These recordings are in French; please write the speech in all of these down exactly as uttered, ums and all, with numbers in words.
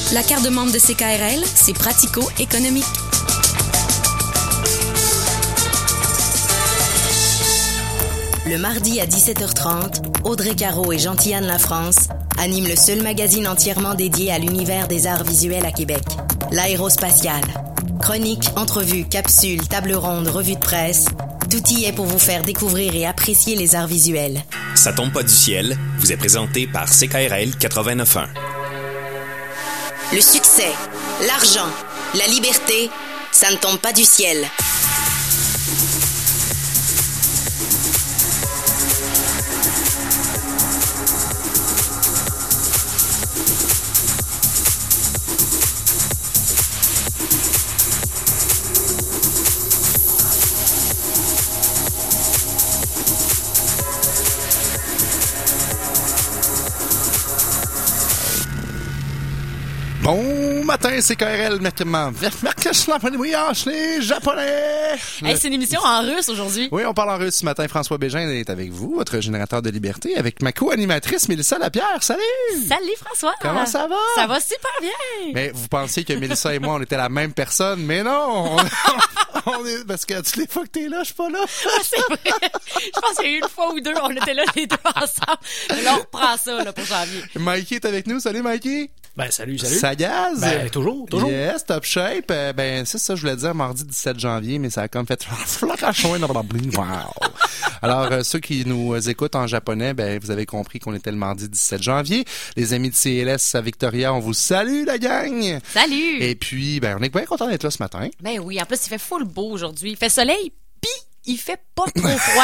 La carte de membre de C K R L, c'est pratico-économique. Le mardi à dix-sept heures trente, Audrey Caro et Jean-Yann Lafrance animent le seul magazine entièrement dédié à l'univers des arts visuels à Québec, l'aérospatial. Chroniques, entrevues, capsules, tables rondes, revues de presse, tout y est pour vous faire découvrir et apprécier les arts visuels. Ça tombe pas du ciel vous est présenté par C K R L quatre-vingt-neuf point un. Le succès, l'argent, la liberté, ça ne tombe pas du ciel. Bon matin, C K R L, maintenant. les Japonais. Hey, c'est une émission en russe aujourd'hui. Oui, on parle en russe ce matin. François Bégin est avec vous, votre générateur de liberté, avec ma co-animatrice Mélissa Lapierre. Salut! Salut François! Comment ça va? Ça va super bien! Mais vous pensiez que Mélissa et moi, on était la même personne, mais non! On, on est, parce que toutes les fois que t'es là, je suis pas là. Ah, c'est vrai! Je pense qu'il y a eu une fois ou deux, on était là les deux ensemble. Mais là, on reprend ça là, pour janvier. Mikey est avec nous. Salut Mikey! Ben, salut, salut. Ça gaz? Ben, toujours, toujours. Yes, top shape. Euh, ben, c'est ça, je voulais dire mardi dix-sept janvier, mais ça a comme fait wow. Alors, euh, ceux qui nous écoutent en japonais, ben, vous avez compris qu'on était le mardi dix-sept janvier. Les amis de C L S à Victoria, on vous salue, la gang! Salut! Et puis, ben, on est bien content d'être là ce matin. Ben oui, en plus, il fait full beau aujourd'hui. Il fait soleil, pis il fait pas trop froid.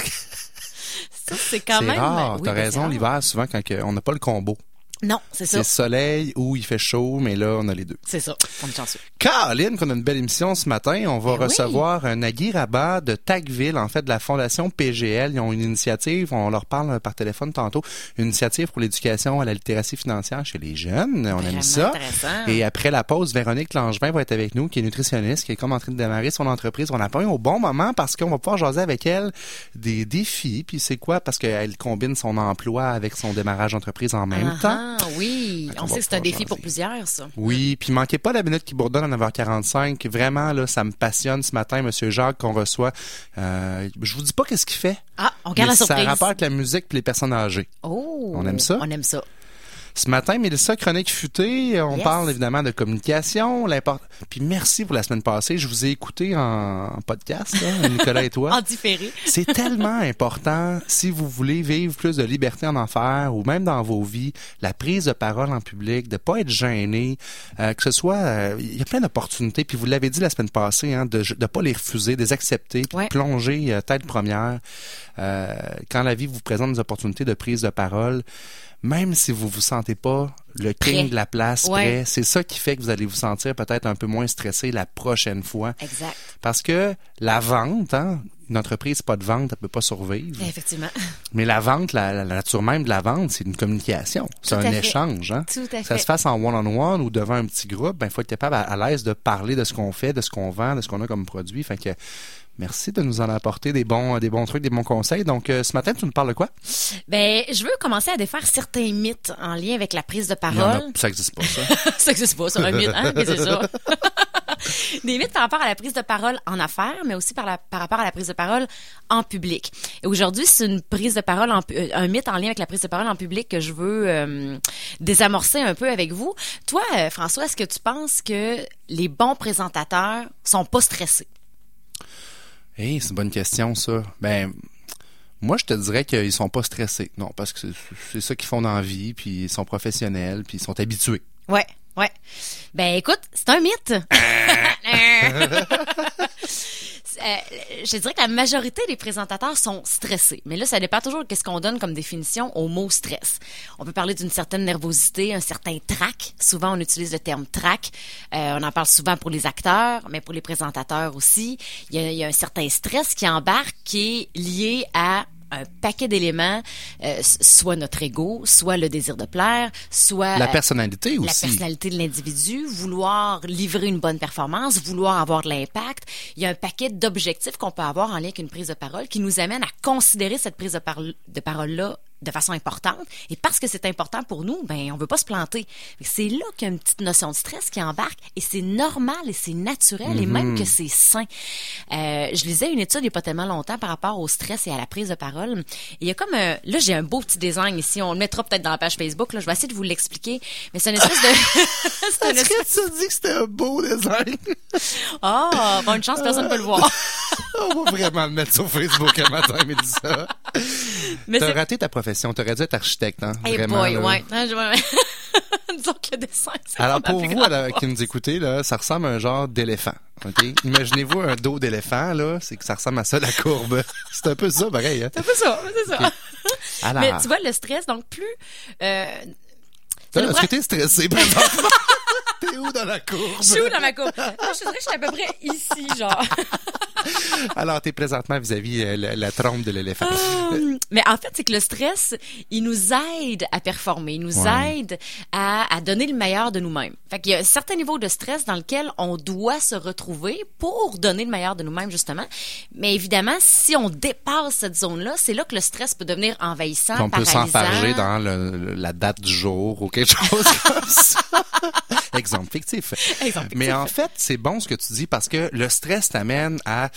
Ça, c'est quand c'est même... rare, oui, t'as ben, raison, l'hiver, souvent, quand on n'a pas le combo. Non, c'est ça. C'est soleil ou il fait chaud, mais là, on a les deux. C'est ça. On est chanceux. Caroline, qu'on a une belle émission ce matin. On va ben recevoir oui. un Nagui Rabat de Tagville, en fait, de la Fondation P G L. Ils ont une initiative, on leur parle par téléphone tantôt, une initiative pour l'éducation à la littératie financière chez les jeunes. On aime ça. Et après la pause, Véronique Langevin va être avec nous, qui est nutritionniste, qui est comme en train de démarrer son entreprise. On a pas eu au bon moment parce qu'on va pouvoir jaser avec elle des défis. Puis c'est quoi? Parce qu'elle combine son emploi avec son démarrage d'entreprise en même uh-huh, temps. Oui. On, on sait que c'est un défi jaser. Pour plusieurs, ça. Oui, puis manquez pas la minute qui bourdonne à neuf heures quarante-cinq. Vraiment, là, ça me passionne ce matin, Monsieur Jacques, qu'on reçoit. Euh, je vous dis pas qu'est-ce qu'il fait. Ah, on garde la surprise. Ça rapporte la musique et les personnes âgées. Oh. On aime ça? On aime ça. Ce matin, Mélissa, chronique futée, on yes. parle évidemment de communication. L'import... Puis merci pour la semaine passée. Je vous ai écouté en, en podcast, là, Nicolas et toi. En différé. C'est tellement important, si vous voulez vivre plus de liberté en affaires ou même dans vos vies, la prise de parole en public, de pas être gêné, euh, que ce soit... Euh, il y a plein d'opportunités, puis vous l'avez dit la semaine passée, hein, de ne pas les refuser, de les accepter, puis ouais. de plonger euh, tête première. Euh, quand la vie vous présente des opportunités de prise de parole, même si vous vous sentez pas le king prêt. De la place ouais. prêt, c'est ça qui fait que vous allez vous sentir peut-être un peu moins stressé la prochaine fois. Exact. Parce que la vente, hein, une entreprise pas de vente, elle peut pas survivre. Effectivement. Mais la vente, la, la nature même de la vente, c'est une communication. C'est Tout un échange. Hein. Tout à fait. Ça se fasse en one-on-one ou devant un petit groupe, ben, il faut être capable à, à l'aise de parler de ce qu'on fait, de ce qu'on vend, de ce qu'on a comme produit. Fait que merci de nous en apporter des bons, des bons trucs, des bons conseils. Donc, euh, ce matin, tu nous parles de quoi? Ben, je veux commencer à défaire certains mythes en lien avec la prise de parole. A, ça n'existe pas, ça. Ça n'existe pas, ça, un mythe, hein? C'est ça. Des mythes par rapport à la prise de parole en affaires, mais aussi par, la, par rapport à la prise de parole en public. Et aujourd'hui, c'est une prise de parole, en, un mythe en lien avec la prise de parole en public que je veux euh, désamorcer un peu avec vous. Toi, euh, François, est-ce que tu penses que les bons présentateurs sont pas stressés? Hey, c'est une bonne question, ça. Ben, moi, je te dirais qu'ils sont pas stressés. Non, parce que c'est, c'est ça qu'ils font dans la vie, puis ils sont professionnels, puis ils sont habitués. Ouais, ouais. Ben, écoute, c'est un mythe. Euh, je dirais que la majorité des présentateurs sont stressés. Mais là, ça dépend toujours de ce qu'on donne comme définition au mot stress. On peut parler d'une certaine nervosité, un certain trac. Souvent, on utilise le terme trac. Euh, on en parle souvent pour les acteurs, mais pour les présentateurs aussi. Il y a, il y a un certain stress qui embarque, qui est lié à un paquet d'éléments, euh, soit notre ego, soit le désir de plaire, soit la personnalité euh, aussi. La personnalité de l'individu, vouloir livrer une bonne performance, vouloir avoir de l'impact. Il y a un paquet d'objectifs qu'on peut avoir en lien avec une prise de parole qui nous amène à considérer cette prise de, par- de parole-là de façon importante. Et parce que c'est important pour nous, ben on veut pas se planter. C'est là qu'il y a une petite notion de stress qui embarque et c'est normal et c'est naturel mm-hmm. et même que c'est sain. Euh, je lisais une étude il y a pas tellement longtemps par rapport au stress et à la prise de parole. Et il y a comme un, là j'ai un beau petit design ici. On le mettra peut-être dans la page Facebook. Là, je vais essayer de vous l'expliquer. Mais c'est une espèce de. c'est une espèce... Est-ce que tu dis que c'était un beau design? Ah, oh, bon, une chance personne ne peut le voir. On va vraiment le mettre sur Facebook un matin, mais dis ça. Mais t'as c'est... raté ta profession. T'aurais dû être architecte, hein? Hey vraiment. Boy, là. ouais. Disons que le dessin, c'est alors, pour vous, là, qui nous écoutez, là, ça ressemble à un genre d'éléphant. OK? Imaginez-vous un dos d'éléphant, là. C'est que ça ressemble à ça, la courbe. C'est un peu ça, pareil, hein? C'est un peu ça, c'est ça. Okay. Alors... Mais tu vois, le stress, donc plus, euh, Est-ce vrai... que t'es stressé, par exemple? T'es où dans la courbe? Je suis où dans ma courbe? Moi, je te dirais que je suis à peu près ici, genre. Alors, t'es présentement vis-à-vis euh, la, la trompe de l'éléphant. Um, mais en fait, c'est que le stress, il nous aide à performer, il nous ouais. aide à, à donner le meilleur de nous-mêmes. Fait qu'il y a un certain niveau de stress dans lequel on doit se retrouver pour donner le meilleur de nous-mêmes, justement. Mais évidemment, si on dépasse cette zone-là, c'est là que le stress peut devenir envahissant, on paralysant. On peut s'enfarger dans le, la date du jour ou quelque chose comme ça. Exemple fictif. Exemple fictif. Mais en fait, c'est bon ce que tu dis parce que le stress t'amène à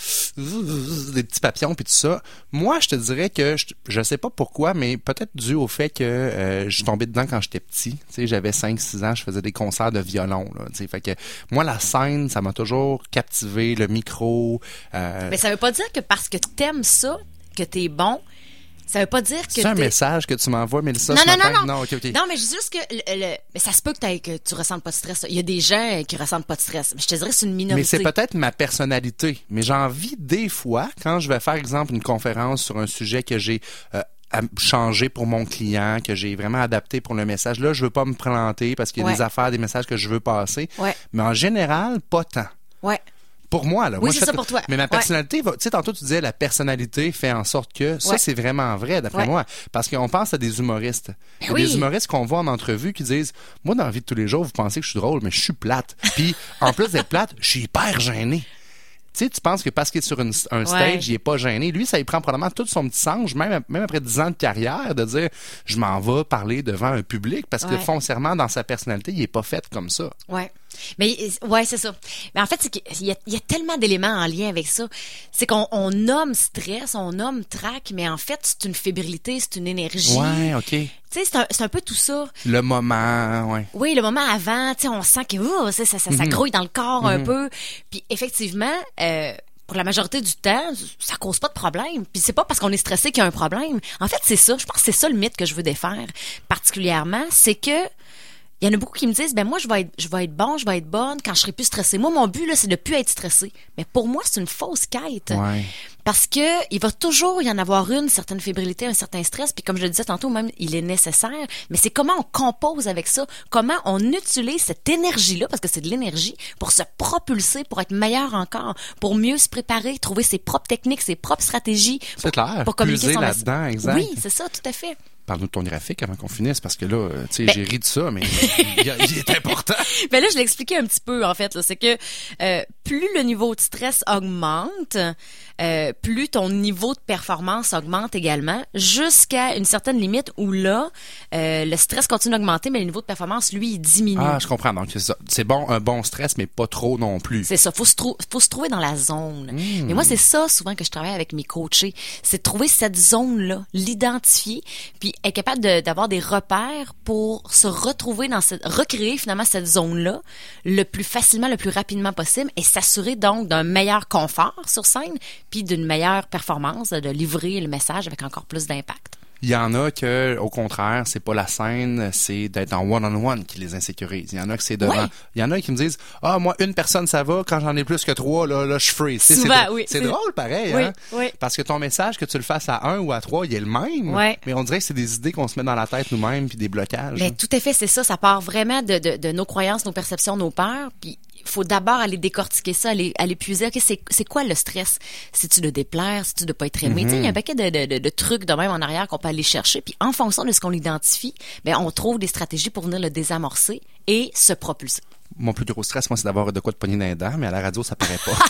des petits papillons puis tout ça. Moi, je te dirais que je, je sais pas pourquoi, mais peut-être dû au fait que euh, je suis tombé dedans quand j'étais petit. Tu sais, j'avais cinq six ans, je faisais des concerts de violon. Là, tu sais, fait que moi, la scène, ça m'a toujours captivé, le micro. Euh... Mais ça veut pas dire que parce que t'aimes ça, que t'es bon. Ça veut pas dire que c'est un t'es... message que tu m'envoies, Mélissa, non, ce non, matin? Non, non, non. Okay, okay. Non, mais je dis juste que... Le, le... Mais ça se peut que, t'aies, que tu ressentes pas de stress. Il y a des gens qui ressentent pas de stress. Mais je te dirais que c'est une minorité. Mais c'est peut-être ma personnalité. Mais j'ai envie, des fois, quand je vais faire, exemple, une conférence sur un sujet que j'ai... Euh, à changer pour mon client, que j'ai vraiment adapté pour le message. Là, je veux pas me planter parce qu'il y a ouais. des affaires, des messages que je veux passer. Ouais. Mais en général, pas tant. Ouais. Pour moi, là. Oui, moi, c'est je ça fais... pour toi. Mais ma personnalité, va... tu sais, tantôt tu disais la personnalité fait en sorte que ça, ouais. c'est vraiment vrai, d'après ouais. moi. Parce qu'on pense à des humoristes. Il y a oui. des humoristes qu'on voit en entrevue qui disent, moi, dans la vie de tous les jours, vous pensez que je suis drôle, mais je suis plate. Puis, en plus d'être plate, je suis hyper gêné. Tu sais, tu penses que parce qu'il est sur une, un stage, ouais. il est pas gêné. Lui, ça lui prend probablement tout son petit sens, même, même après dix ans de carrière, de dire, je m'en vais parler devant un public parce ouais. que foncièrement, dans sa personnalité, il est pas fait comme ça. Ouais. Mais, ouais, c'est ça. Mais en fait, c'est qu'il y a, il y a tellement d'éléments en lien avec ça. C'est qu'on on nomme stress, on nomme trac, mais en fait, c'est une fébrilité, c'est une énergie. Ouais, OK. Tu sais, c'est un, c'est un peu tout ça. Le moment, ouais. Oui, le moment avant, tu sais, on sent que oh, ça, ça, ça, mm-hmm. ça grouille dans le corps mm-hmm. un peu. Puis effectivement, euh, pour la majorité du temps, ça cause pas de problème. Puis c'est pas parce qu'on est stressé qu'il y a un problème. En fait, c'est ça. Je pense que c'est ça le mythe que je veux défaire particulièrement, c'est que il y en a beaucoup qui me disent, ben moi, je vais être, je vais être bon, je vais être bonne quand je serai plus stressée. Moi, mon but, là, c'est de plus être stressée. Mais pour moi, c'est une fausse quête. Ouais. Parce que il va toujours y en avoir une certaine fébrilité, un certain stress. Puis comme je le disais tantôt, même, il est nécessaire. Mais c'est comment on compose avec ça. Comment on utilise cette énergie-là, parce que c'est de l'énergie, pour se propulser, pour être meilleur encore, pour mieux se préparer, trouver ses propres techniques, ses propres stratégies. Pour, c'est clair. Pour communiquer Puiser son là-dedans, exact. Oui, c'est ça, tout à fait. Parle-nous de ton graphique avant qu'on finisse, parce que là, tu sais, ben, j'ai ri de ça, mais il, il est important. Ben là, je l'ai expliqué un petit peu, en fait. Là, c'est que euh, plus le niveau de stress augmente, euh, plus ton niveau de performance augmente également, jusqu'à une certaine limite où là, euh, le stress continue d'augmenter, mais le niveau de performance, lui, il diminue. Ah, je comprends. Donc, c'est ça. C'est bon, un bon stress, mais pas trop non plus. C'est ça. Faut se, trou- faut se trouver dans la zone. Mmh. Mais moi, c'est ça, souvent, que je travaille avec mes coachés. C'est de trouver cette zone-là, l'identifier, puis être capable de, d'avoir des repères pour se retrouver dans cette, recréer finalement cette zone-là le plus facilement, le plus rapidement possible et s'assurer donc d'un meilleur confort sur scène puis d'une meilleure performance, de livrer le message avec encore plus d'impact. Il y en a que, au contraire, c'est pas la scène, c'est d'être en one-on-one qui les insécurise. Il y en a que c'est devant. Ouais. Il y en a qui me disent, ah, moi, une personne, ça va. Quand j'en ai plus que trois, là, là, je suis free. Souvent, c'est, c'est, oui. C'est, c'est drôle, pareil, oui, hein? Oui. Parce que ton message, que tu le fasses à un ou à trois, il est le même. Ouais. Mais on dirait que c'est des idées qu'on se met dans la tête nous-mêmes puis des blocages. Mais tout à fait, c'est ça. Ça part vraiment de, de, de nos croyances, nos perceptions, nos peurs. Puis, il faut d'abord aller décortiquer ça, aller, aller puiser. OK, c'est, c'est quoi le stress? C'est-tu de déplaire? C'est-tu de pas être aimé? Mm-hmm. Tu sais, il y a un paquet de, de, de, de trucs de même en arrière qu'on peut aller chercher. Puis en fonction de ce qu'on identifie, ben, on trouve des stratégies pour venir le désamorcer et se propulser. Mon plus gros stress, moi, c'est d'avoir de quoi de pogner dans les dents, mais à la radio, ça paraît pas.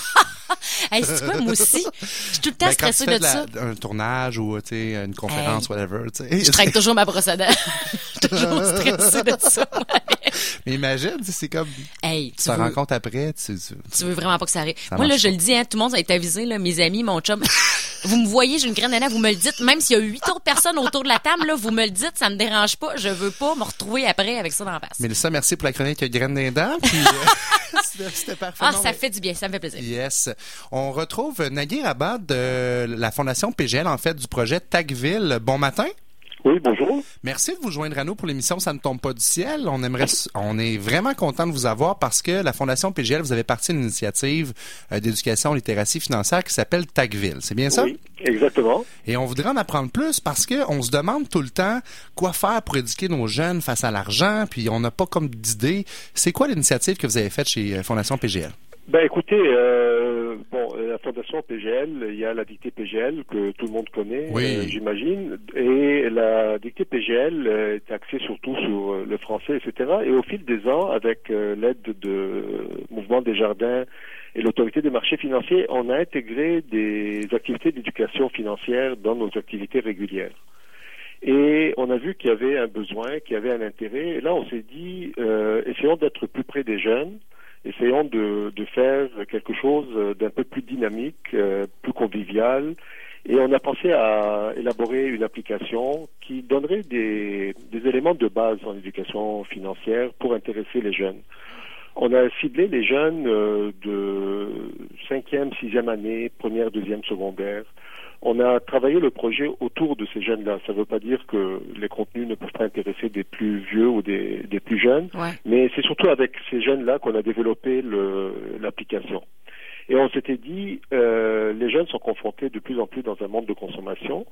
Hey, c'est quoi, moi aussi? Je suis tout le temps Ben, quand tu stressée fais de de la- ça. un tournage ou tu sais, une conférence, Hey. whatever. tu sais. Je traîne toujours ma brosse à dents. Je suis toujours stressée de ça. Mais imagine, tu sais, c'est comme Hey, tu tu te veux, rencontres après, tu, tu, tu veux vraiment pas que ça arrive. Ça Moi, là, marche je pas. le dis, hein, tout le monde est avisé, là, mes amis, mon chum. Vous me voyez, j'ai une graine d'ananas, vous me le dites. Même s'il y a huit autres personnes autour de la table, là, vous me le dites, ça me dérange pas. Je veux pas me retrouver après avec ça dans la face. Mélissa, merci pour la chronique graine d'un dents. Puis, euh, c'était, c'était parfait. Ah, Non, ça mais- fait du bien, ça me fait plaisir. Yes. On retrouve Naguir Abad de la Fondation P G L, en fait, du projet Tagville. Bon matin. Oui, bonjour. Merci de vous joindre à nous pour l'émission Ça ne tombe pas du ciel. On aimerait, on est vraiment content de vous avoir parce que la Fondation P G L, vous avez parti d'une initiative euh, d'éducation littératie financière qui s'appelle Tagville. C'est bien ça? Oui, exactement. Et on voudrait en apprendre plus parce que on se demande tout le temps quoi faire pour éduquer nos jeunes face à l'argent, puis on n'a pas comme d'idée. C'est quoi l'initiative que vous avez faite chez euh, Fondation P G L? Ben écoutez, euh, bon, la Fondation P G L, il y a la dictée P G L que tout le monde connaît, Oui. euh, j'imagine, et la dictée P G L euh, est axée surtout sur euh, le français, et cetera. Et au fil des ans, avec euh, l'aide de euh, Mouvement Desjardins et l'autorité des marchés financiers, on a intégré des activités d'éducation financière dans nos activités régulières. Et on a vu qu'il y avait un besoin, qu'il y avait un intérêt. Et là, on s'est dit, euh, essayons d'être plus près des jeunes. Essayons de, de faire quelque chose d'un peu plus dynamique, euh, plus convivial. Et on a pensé à élaborer une application qui donnerait des, des éléments de base en éducation financière pour intéresser les jeunes. On a ciblé les jeunes euh, de cinquième, sixième année, première, deuxième, secondaire. On a travaillé le projet autour de ces jeunes-là. Ça ne veut pas dire que les contenus ne peuvent pas intéresser des plus vieux ou des, des plus jeunes, Ouais. mais c'est surtout avec ces jeunes-là qu'on a développé le, l'application. Et on s'était dit, euh, les jeunes sont confrontés de plus en plus dans un monde de consommation.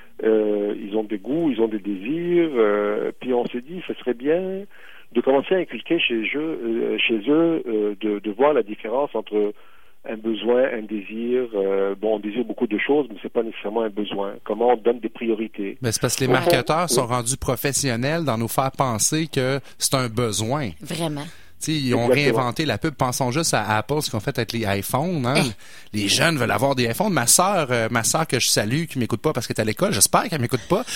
Euh, ils ont des goûts, ils ont des désirs. Euh, puis on s'est dit, ce serait bien de commencer à inculquer chez eux, euh, chez eux euh, de, de voir la différence entre un besoin, un désir. Euh, bon, on désire beaucoup de choses, mais c'est pas nécessairement un besoin. Comment on donne des priorités. Ben, c'est parce que les Au fond, marketeurs sont oui. rendus professionnels dans nous faire penser que c'est un besoin. Vraiment. Tu sais, ils ont Exactement. réinventé la pub. Pensons juste à Apple, ce qu'on fait avec les iPhones. Hein? Hein. Les jeunes veulent avoir des iPhones. Ma sœur, euh, ma sœur que je salue, qui m'écoute pas parce qu'elle est à l'école, j'espère qu'elle m'écoute pas.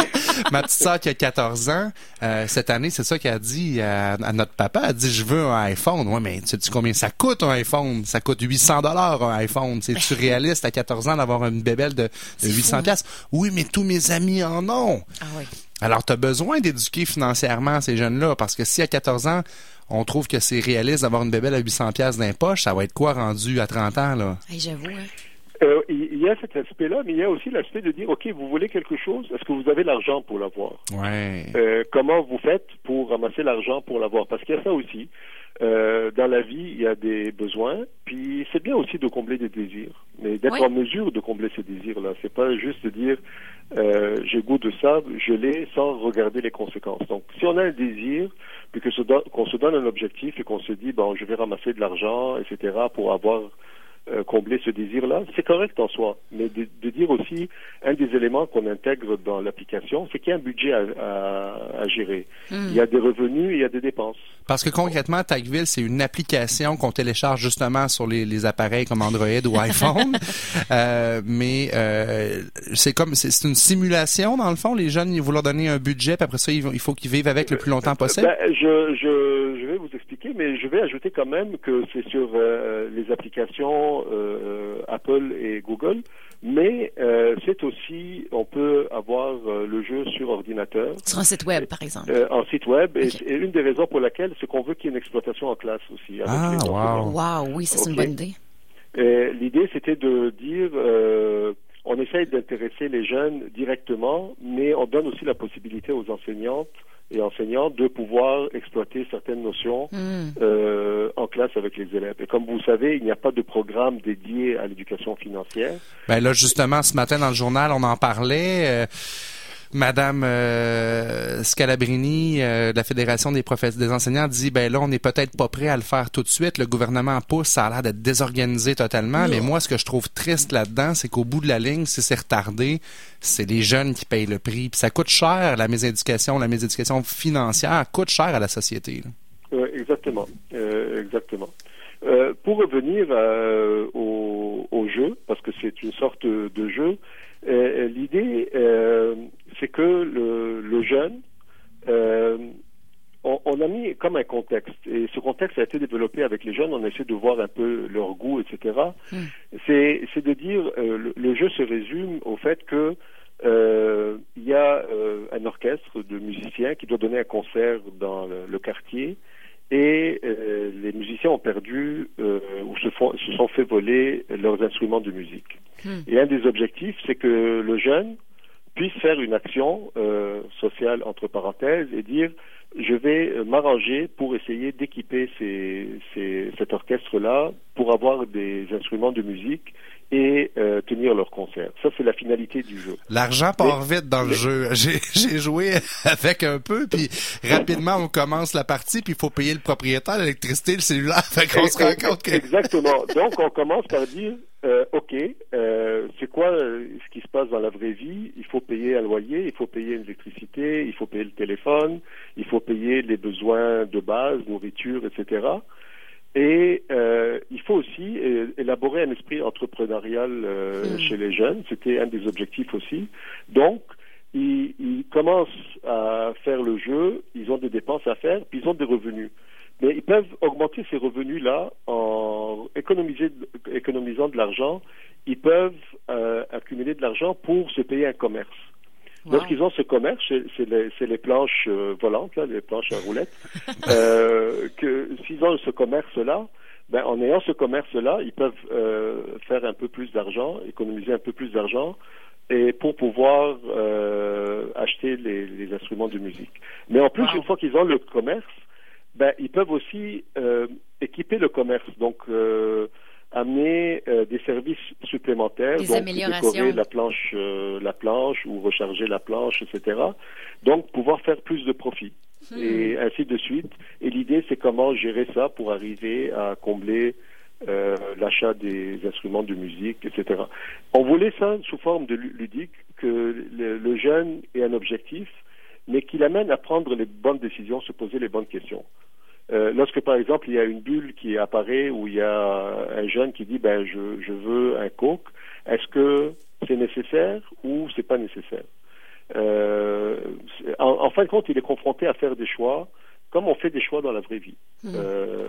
Ma petite sœur qui a quatorze ans, euh, cette année, c'est ça qu'elle a dit à, à notre papa. Elle a dit, je veux un iPhone. Ouais, mais tu sais combien ça coûte un iPhone? Ça coûte huit cents dollars un iPhone. C'est-tu réaliste à quatorze ans d'avoir une bébelle de, de huit cents piastres? Oui, mais tous mes amis en ont. Ah oui. Alors, tu as besoin d'éduquer financièrement ces jeunes-là, parce que si à quatorze ans, on trouve que c'est réaliste d'avoir une bébelle à huit cents piastres dans les poches, ça va être quoi rendu à trente ans, là? Hey, j'avoue, hein. Euh, il y a cet aspect-là, mais il y a aussi l'aspect de dire, OK, vous voulez quelque chose, est-ce que vous avez l'argent pour l'avoir? Ouais. Euh, comment vous faites pour ramasser l'argent pour l'avoir? Parce qu'il y a ça aussi. Euh, dans la vie, il y a des besoins, puis c'est bien aussi de combler des désirs, mais d'être Oui. en mesure de combler ces désirs-là. C'est pas juste de dire euh, j'ai goût de ça, je l'ai, sans regarder les conséquences. Donc, si on a un désir, puis que se don- qu'on se donne un objectif et qu'on se dit bon, je vais ramasser de l'argent, et cetera, pour avoir euh, comblé ce désir-là, c'est correct en soi. Mais de, de dire aussi un des éléments qu'on intègre dans l'application, c'est qu'il y a un budget à, à, à gérer. Il y a des revenus, il y a des dépenses. Parce que concrètement, Tagville, c'est une application qu'on télécharge justement sur les, les appareils comme Android ou iPhone. euh, mais euh, c'est comme c'est, c'est une simulation dans le fond. Les jeunes, vous leur donnez un budget, puis après ça, ils vont- il faut qu'ils vivent avec le plus longtemps possible. Ben, je, je, je vais vous expliquer, mais je vais ajouter quand même que c'est sur euh, les applications euh, Apple et Google, mais euh, c'est aussi, on peut avoir euh, le jeu sur ordinateur, Sur un site web, par exemple. euh, en site web, et Ok. c'est une des raisons pour laquelle c'est qu'on veut qu'il y ait une exploitation en classe aussi. Avec Ah, les enseignants. wow. Wow, oui, ça, c'est Ok. une bonne idée. Et l'idée, c'était de dire, euh, on essaye d'intéresser les jeunes directement, mais on donne aussi la possibilité aux enseignantes et enseignants de pouvoir exploiter certaines notions Hmm. euh, en classe avec les élèves. Et comme vous savez, il n'y a pas de programme dédié à l'éducation financière. Ben là, justement, ce matin dans le journal, on en parlait. Euh, Madame euh, Scalabrini euh, de la Fédération des professeurs des enseignants dit ben là on n'est peut-être pas prêt à le faire tout de suite. Le gouvernement pousse, ça a l'air d'être désorganisé totalement. Mais moi, ce que je trouve triste là-dedans, c'est qu'au bout de la ligne, si c'est retardé, c'est les jeunes qui payent le prix. Puis ça coûte cher la méséducation, la méséducation financière coûte cher à la société. Là. Euh, exactement. exactement, euh, exactement. Euh, pour revenir euh, au, au jeu, parce que c'est une sorte de, de jeu, euh, l'idée, euh, c'est que le, le jeune, euh, on, on a mis comme un contexte, et ce contexte a été développé avec les jeunes, on essaie de voir un peu leur goût, et cetera. Mm. C'est, c'est de dire, euh, le, le jeu se résume au fait que euh, il y a euh, un orchestre de musiciens qui doit donner un concert dans le, le quartier, et euh, les musiciens ont perdu euh, ou se, font, se sont fait voler leurs instruments de musique. Mm. Et un des objectifs, c'est que le jeune puisse faire une action euh, sociale entre parenthèses et dire je vais m'arranger pour essayer d'équiper ces, ces, cet orchestre-là pour avoir des instruments de musique et euh, tenir leur concert. Ça, c'est la finalité du jeu. L'argent part mais, vite dans mais... le jeu. J'ai, j'ai joué avec un peu, puis rapidement, on commence la partie, puis il faut payer le propriétaire, l'électricité, le cellulaire. Fait qu'on se rend compte que... Exactement. Donc, on commence par dire, euh, OK, euh, c'est quoi euh, ce qui se passe dans la vraie vie? Il faut payer un loyer, il faut payer l'électricité, il faut payer le téléphone, il faut payer les besoins de base, nourriture, et cetera. Et euh, il faut aussi euh, élaborer un esprit entrepreneurial euh, mmh. chez les jeunes. C'était un des objectifs aussi. Donc, ils, ils commencent à faire le jeu, ils ont des dépenses à faire, puis ils ont des revenus. Mais ils peuvent augmenter ces revenus-là en économiser, économisant de l'argent. Ils peuvent euh, accumuler de l'argent pour se payer un commerce. Wow. Lorsqu'ils ont ce commerce, c'est, c'est, les, c'est les planches euh, volantes, là, les planches à roulettes, euh, que s'ils ont ce commerce-là, ben, en ayant ce commerce-là, ils peuvent euh, faire un peu plus d'argent, économiser un peu plus d'argent, et pour pouvoir euh, acheter les, les instruments de musique. Mais en plus, wow. une fois qu'ils ont le commerce, ben, ils peuvent aussi euh, équiper le commerce. Donc, euh, amener euh, des services supplémentaires, des donc décorer la planche, euh, la planche ou recharger la planche, et cetera. Donc pouvoir faire plus de profit hmm. et ainsi de suite. Et l'idée, c'est comment gérer ça pour arriver à combler euh, l'achat des instruments de musique, et cetera. On voulait ça sous forme de ludique, que le, le jeune ait un objectif, mais qui l'amène à prendre les bonnes décisions, se poser les bonnes questions. Euh, lorsque, par exemple, il y a une bulle qui apparaît où il y a un jeune qui dit ben je, je veux un coke, est-ce que c'est nécessaire ou c'est pas nécessaire? Euh, en, en fin de compte, il est confronté à faire des choix comme on fait des choix dans la vraie vie. Mmh. Euh,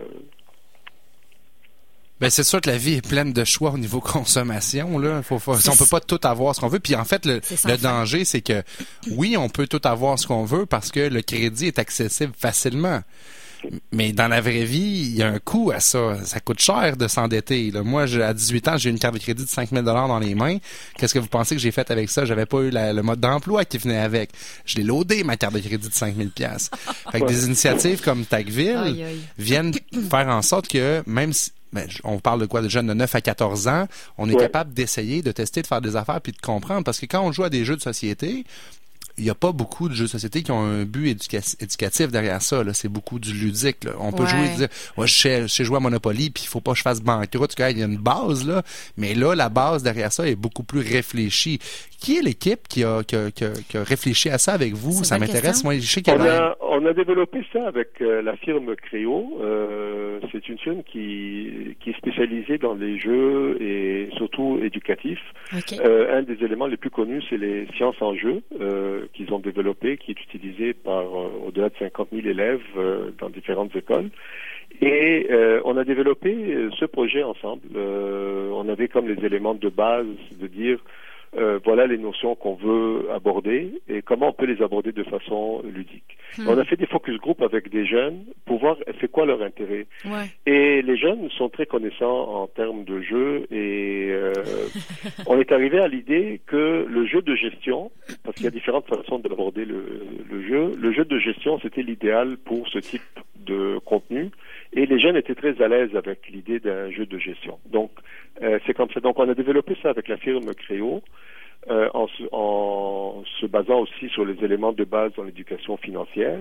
Ben c'est sûr que la vie est pleine de choix au niveau consommation là. Faut, faut, on peut pas tout avoir ce qu'on veut. Puis en fait, le, le danger, c'est que oui, on peut tout avoir ce qu'on veut parce que le crédit est accessible facilement. Mais dans la vraie vie, il y a un coût à ça. Ça coûte cher de s'endetter. Là. Moi, à dix-huit ans, j'ai eu une carte de crédit de cinq mille dollars dans les mains. Qu'est-ce que vous pensez que j'ai fait avec ça? J'avais pas eu la, le mode d'emploi qui venait avec. Je l'ai loadé, ma carte de crédit de cinq mille dollars. Fait que des initiatives comme Tagville aïe, aïe. viennent faire en sorte que même si ben, on parle de quoi, de jeunes de neuf à quatorze ans, on est ouais. capable d'essayer, de tester, de faire des affaires puis de comprendre. Parce que quand on joue à des jeux de société, il n'y a pas beaucoup de jeux de société qui ont un but éduca- éducatif derrière ça. Là. C'est beaucoup du ludique. Là. On peut ouais. jouer et dire ouais, je, sais, je sais jouer à Monopoly puis il faut pas que je fasse banqueroute. Il y a une base, là. Mais là, la base derrière ça est beaucoup plus réfléchie. Qui est l'équipe qui a, qui a, qui a, qui a réfléchi à ça avec vous? C'est ça m'intéresse. Moi, je sais qu'il y on, a, on a développé ça avec euh, la firme Créo. Euh, c'est une firme qui, qui est spécialisée dans les jeux et surtout éducatifs. Okay. Euh, un des éléments les plus connus, c'est les sciences en jeu euh, qu'ils ont développé, qui est utilisé par euh, au-delà de cinquante mille élèves euh, dans différentes écoles. Et euh, on a développé ce projet ensemble. Euh, on avait comme les éléments de base de dire Euh, voilà les notions qu'on veut aborder et comment on peut les aborder de façon ludique. Mmh. On a fait des focus group avec des jeunes pour voir c'est quoi leur intérêt. Ouais. Et les jeunes sont très connaissants en termes de jeu et euh, on est arrivé à l'idée que le jeu de gestion, parce qu'il y a différentes façons d'aborder le, le jeu, le jeu de gestion c'était l'idéal pour ce type de contenu et les jeunes étaient très à l'aise avec l'idée d'un jeu de gestion. Donc euh, c'est comme ça. Donc on a développé ça avec la firme Créo. Euh, en, se, en se basant aussi sur les éléments de base dans l'éducation financière.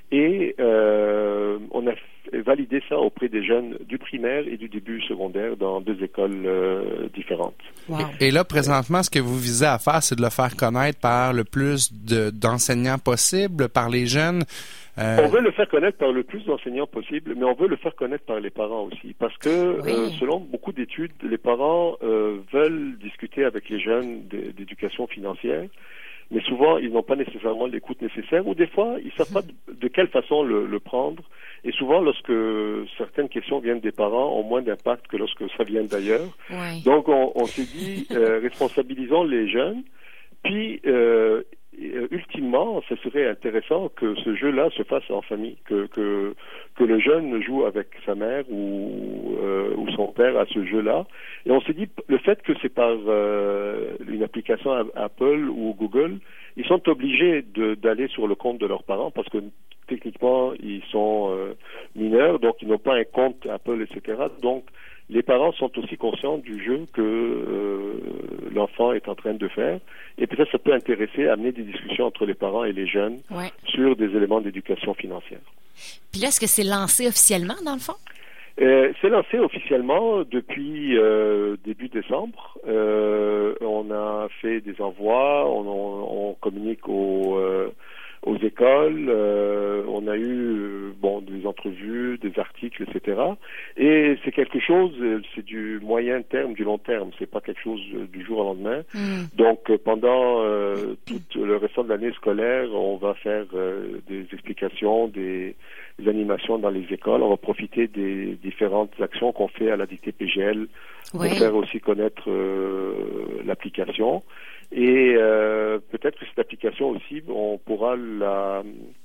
Et euh, on a validé ça auprès des jeunes du primaire et du début secondaire dans deux écoles euh, différentes. Wow. Et là, présentement, ce que vous visez à faire, c'est de le faire connaître par le plus de, d'enseignants possible, par les jeunes. Euh... On veut le faire connaître par le plus d'enseignants possible, mais on veut le faire connaître par les parents aussi. Parce que, oui. euh, selon beaucoup d'études, les parents euh, veulent discuter avec les jeunes d'éducation financière, mais souvent, ils n'ont pas nécessairement l'écoute nécessaire, ou des fois, ils ne savent pas de, de quelle façon le, le prendre. Et souvent, lorsque certaines questions viennent des parents, ont moins d'impact que lorsque ça vient d'ailleurs. Oui. Donc, on, on s'est dit, euh, responsabilisons les jeunes, puis... Euh, Euh, ultimement, ce serait intéressant que ce jeu-là se fasse en famille, que que que le jeune joue avec sa mère ou euh, ou son père à ce jeu-là. Et on s'est dit, le fait que c'est par euh, une application Apple ou Google, ils sont obligés de, d'aller sur le compte de leurs parents parce que techniquement ils sont euh, mineurs, donc ils n'ont pas un compte Apple, et cetera. Donc les parents sont aussi conscients du jeu que euh, l'enfant est en train de faire, et peut-être ça peut intéresser, amener des discussions entre les parents et les jeunes ouais. sur des éléments d'éducation financière. Puis là, est-ce que c'est lancé officiellement, dans le fond? Euh, c'est lancé officiellement depuis euh, début décembre. Euh, on a fait des envois, on, on, on communique aux... Euh, aux écoles, euh, on a eu bon des entrevues, des articles, et cetera. Et c'est quelque chose, c'est du moyen terme, du long terme. C'est pas quelque chose du jour au lendemain. Mm. Donc pendant euh, tout le restant de l'année scolaire, on va faire euh, des explications, des, des animations dans les écoles. On va profiter des différentes actions qu'on fait à la dictée P G L pour oui. faire aussi connaître euh, l'application. Et euh, peut-être que cette application aussi, on pourra la,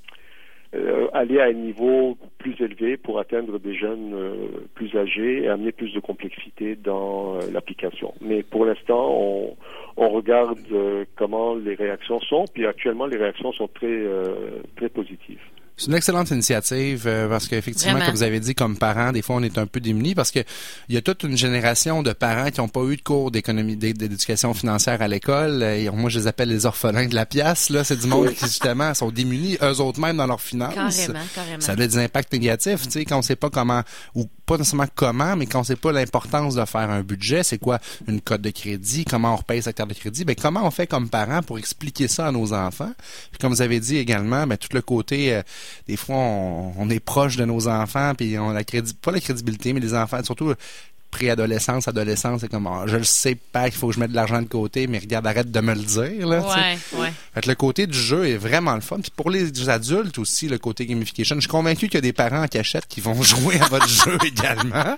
euh, aller à un niveau plus élevé pour atteindre des jeunes euh, plus âgés et amener plus de complexité dans euh, l'application. Mais pour l'instant, on, on regarde euh, comment les réactions sont, puis actuellement, les réactions sont très, euh, très positives. C'est une excellente initiative euh, parce qu'effectivement, comme vous avez dit, comme parents, des fois, on est un peu démunis parce que il y a toute une génération de parents qui n'ont pas eu de cours d'économie, d'éducation financière à l'école. Et moi, je les appelle les orphelins de la pièce. Là, c'est du monde qui justement sont démunis eux autres mêmes dans leurs finances. Carrément, carrément. Ça a des impacts négatifs, tu sais, quand on sait pas comment ou pas nécessairement comment, mais quand on sait pas l'importance de faire un budget, c'est quoi une cote de crédit, comment on repaye sa carte de crédit, ben comment on fait comme parents pour expliquer ça à nos enfants. Puis comme vous avez dit également, ben tout le côté euh, des fois, on, on est proche de nos enfants, puis on a la crédit, pas la crédibilité, mais les enfants, surtout préadolescence, adolescence, c'est comme, oh, je le sais pas qu'il faut que je mette de l'argent de côté, mais regarde, arrête de me le dire, là. Ouais, ouais. Fait que le côté du jeu est vraiment le fun. Puis pour les adultes aussi, le côté gamification, je suis convaincu qu'il y a des parents en cachette qui vont jouer à votre jeu également.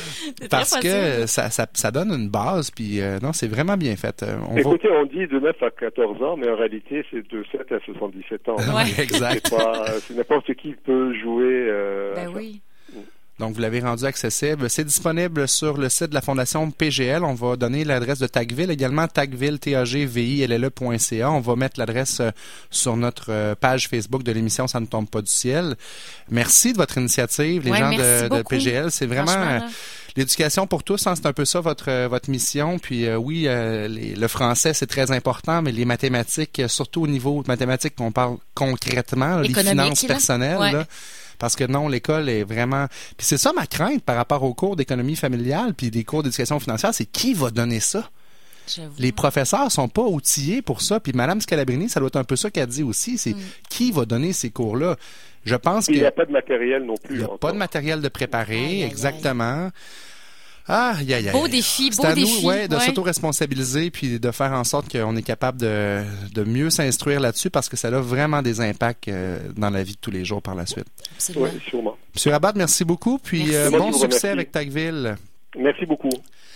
Parce que ça, ça, ça donne une base, puis euh, non, c'est vraiment bien fait. On Écoutez, va... on dit de neuf à quatorze ans, mais en réalité, c'est de sept à soixante-dix-sept ans. Ouais. Exact. C'est, pas, c'est n'importe qui peut jouer. Euh, ben oui. Donc, vous l'avez rendu accessible. C'est disponible sur le site de la Fondation P G L. On va donner l'adresse de Tagville, également tagville, T A G V I L L E point C A. On va mettre l'adresse sur notre page Facebook de l'émission Ça ne tombe pas du ciel. Merci de votre initiative, les ouais, gens de, de P G L. C'est vraiment... Euh, l'éducation pour tous, hein, c'est un peu ça votre votre mission. Puis euh, oui, euh, les, le français, c'est très important, mais les mathématiques, surtout au niveau de mathématiques qu'on parle concrètement, là, les finances là. personnelles, ouais. là, parce que non, l'école est vraiment... Puis c'est ça ma crainte par rapport aux cours d'économie familiale puis des cours d'éducation financière, c'est qui va donner ça? J'avoue. Les professeurs sont pas outillés pour ça. Puis Mme Scalabrini, ça doit être un peu ça qu'elle dit aussi, c'est mm. qui va donner ces cours-là? Je pense que... Il n'y a pas de matériel non plus. Il n'y a encore. pas de matériel de préparé, aïe, aïe, exactement. Aïe. Ah, aïe, aïe, aïe. Beau défi, beau c'est à défi. nous, ouais, de ouais. s'auto-responsabiliser puis de faire en sorte qu'on est capable de, de mieux s'instruire là-dessus parce que ça a vraiment des impacts euh, dans la vie de tous les jours par la suite. Absolument. Oui, sûrement. Monsieur Rabat, merci beaucoup. Puis euh, bon succès avec Tagville. Merci beaucoup.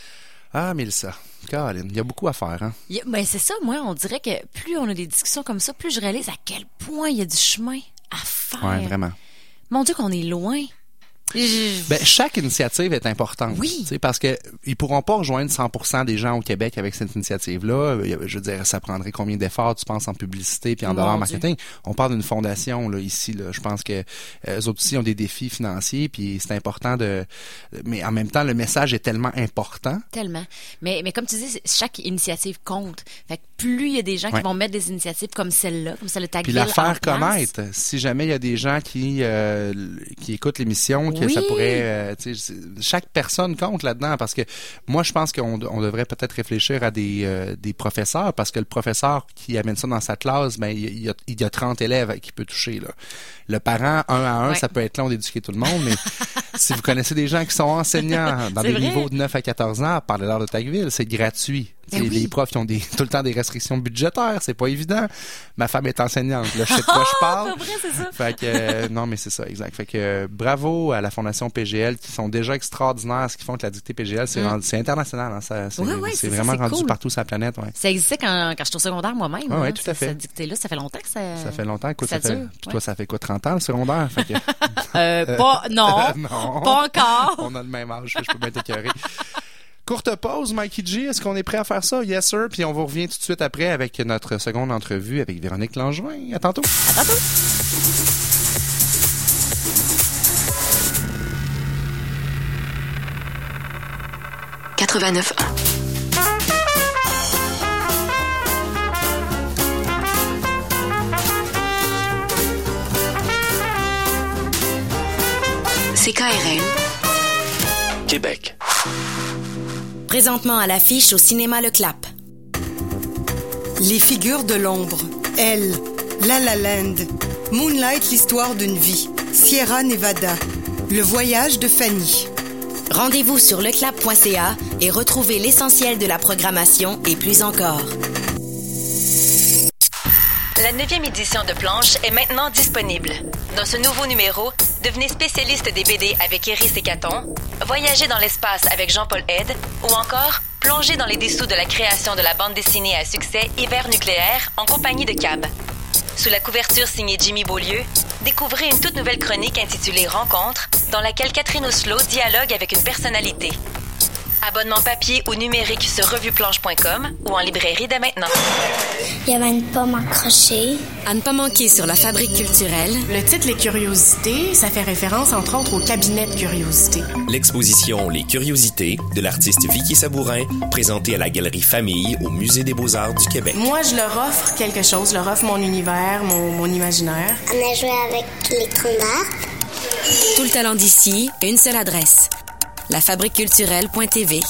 Ah, Mélissa, Caroline, il y a beaucoup à faire, hein? Il y a, ben c'est ça, moi, on dirait que plus on a des discussions comme ça, plus je réalise à quel point il y a du chemin à faire. Oui, vraiment. Mon Dieu, qu'on est loin. Ben, chaque initiative est importante. Oui. Parce que ils pourront pas rejoindre cent pour cent des gens au Québec avec cette initiative-là. Je veux dire, ça prendrait combien d'efforts, tu penses, en publicité puis en dollars marketing? On parle d'une fondation, là, ici, là. Je pense que euh, eux autres aussi ont des défis financiers puis c'est important de, mais en même temps, le message est tellement important. Tellement. Mais, mais comme tu dis, chaque initiative compte. Fait que plus il y a des gens ouais. qui vont mettre des initiatives comme celle-là, comme celle de Tagville. Puis la faire en place. connaître. Si jamais il y a des gens qui, euh, qui écoutent l'émission, que oui. ça pourrait, euh, tu sais, chaque personne compte là-dedans parce que moi, je pense qu'on on devrait peut-être réfléchir à des, euh, des professeurs parce que le professeur qui amène ça dans sa classe, ben, il y a, il y a trente élèves qui peut toucher, là. Le parent, un à un, ouais. ça peut être long d'éduquer tout le monde, mais si vous connaissez des gens qui sont enseignants dans c'est des vrai. niveaux de neuf à quatorze ans, parlez-leur de Tagville, c'est gratuit. Oui. Les profs qui ont des, tout le temps des restrictions budgétaires, c'est pas évident. Ma femme est enseignante, là, je sais de quoi je parle. C'est vrai, c'est ça. Fait que, euh, non, mais c'est ça, exact. Fait que, euh, bravo à la Fondation P G L qui sont déjà extraordinaires. Ce qu'ils font avec la dictée P G L, c'est, mm. rendu, c'est international. Hein, ça, c'est, oui, oui, c'est, c'est vraiment ça, c'est rendu cool. partout sur la planète. Ouais. Ça existait quand, quand j'étais au secondaire moi-même. Oui, hein, ouais, tout à fait. Cette dictée-là, ça fait longtemps que ça. Ça fait longtemps. Écoute, ça, ça fait. dure. Puis ouais. toi, ça fait quoi, trente ans le secondaire? Fait que... euh, pas, non, non. Pas encore. On a le même âge, je peux bien t'écœurer. Courte pause, Mikey G. Est-ce qu'on est prêt à faire ça? Yes, sir. Puis on vous revient tout de suite après avec notre seconde entrevue avec Véronique Langevin. À tantôt. À tantôt. quatre-vingt-neuf un. C K R L. Québec. Présentement à l'affiche au cinéma Le Clap. Les figures de l'ombre. Elle. La La Land. Moonlight, l'histoire d'une vie. Sierra Nevada. Le voyage de Fanny. Rendez-vous sur leclap point c a et retrouvez l'essentiel de la programmation et plus encore. La neuvième édition de Planche est maintenant disponible. Dans ce nouveau numéro, devenez spécialiste des B D avec Iris et Caton, voyagez dans l'espace avec Jean-Paul Aide ou encore plongez dans les dessous de la création de la bande dessinée à succès Hiver nucléaire en compagnie de Cab. Sous la couverture signée Jimmy Beaulieu, découvrez une toute nouvelle chronique intitulée Rencontre, dans laquelle Catherine Oslo dialogue avec une personnalité. Abonnement papier ou numérique sur revue planche point com ou en librairie dès maintenant. Il y avait une pomme accrochée. À ne pas manquer sur la Fabrique culturelle. Le titre Les Curiosités, ça fait référence entre autres au cabinet de curiosités. L'exposition Les Curiosités de l'artiste Vicky Sabourin, présentée à la Galerie Famille au Musée des Beaux-Arts du Québec. Moi, je leur offre quelque chose, je leur offre mon univers, mon, mon imaginaire. On a joué avec l'étendard. Tout le talent d'ici, une seule adresse. la fabrique culturelle point t v.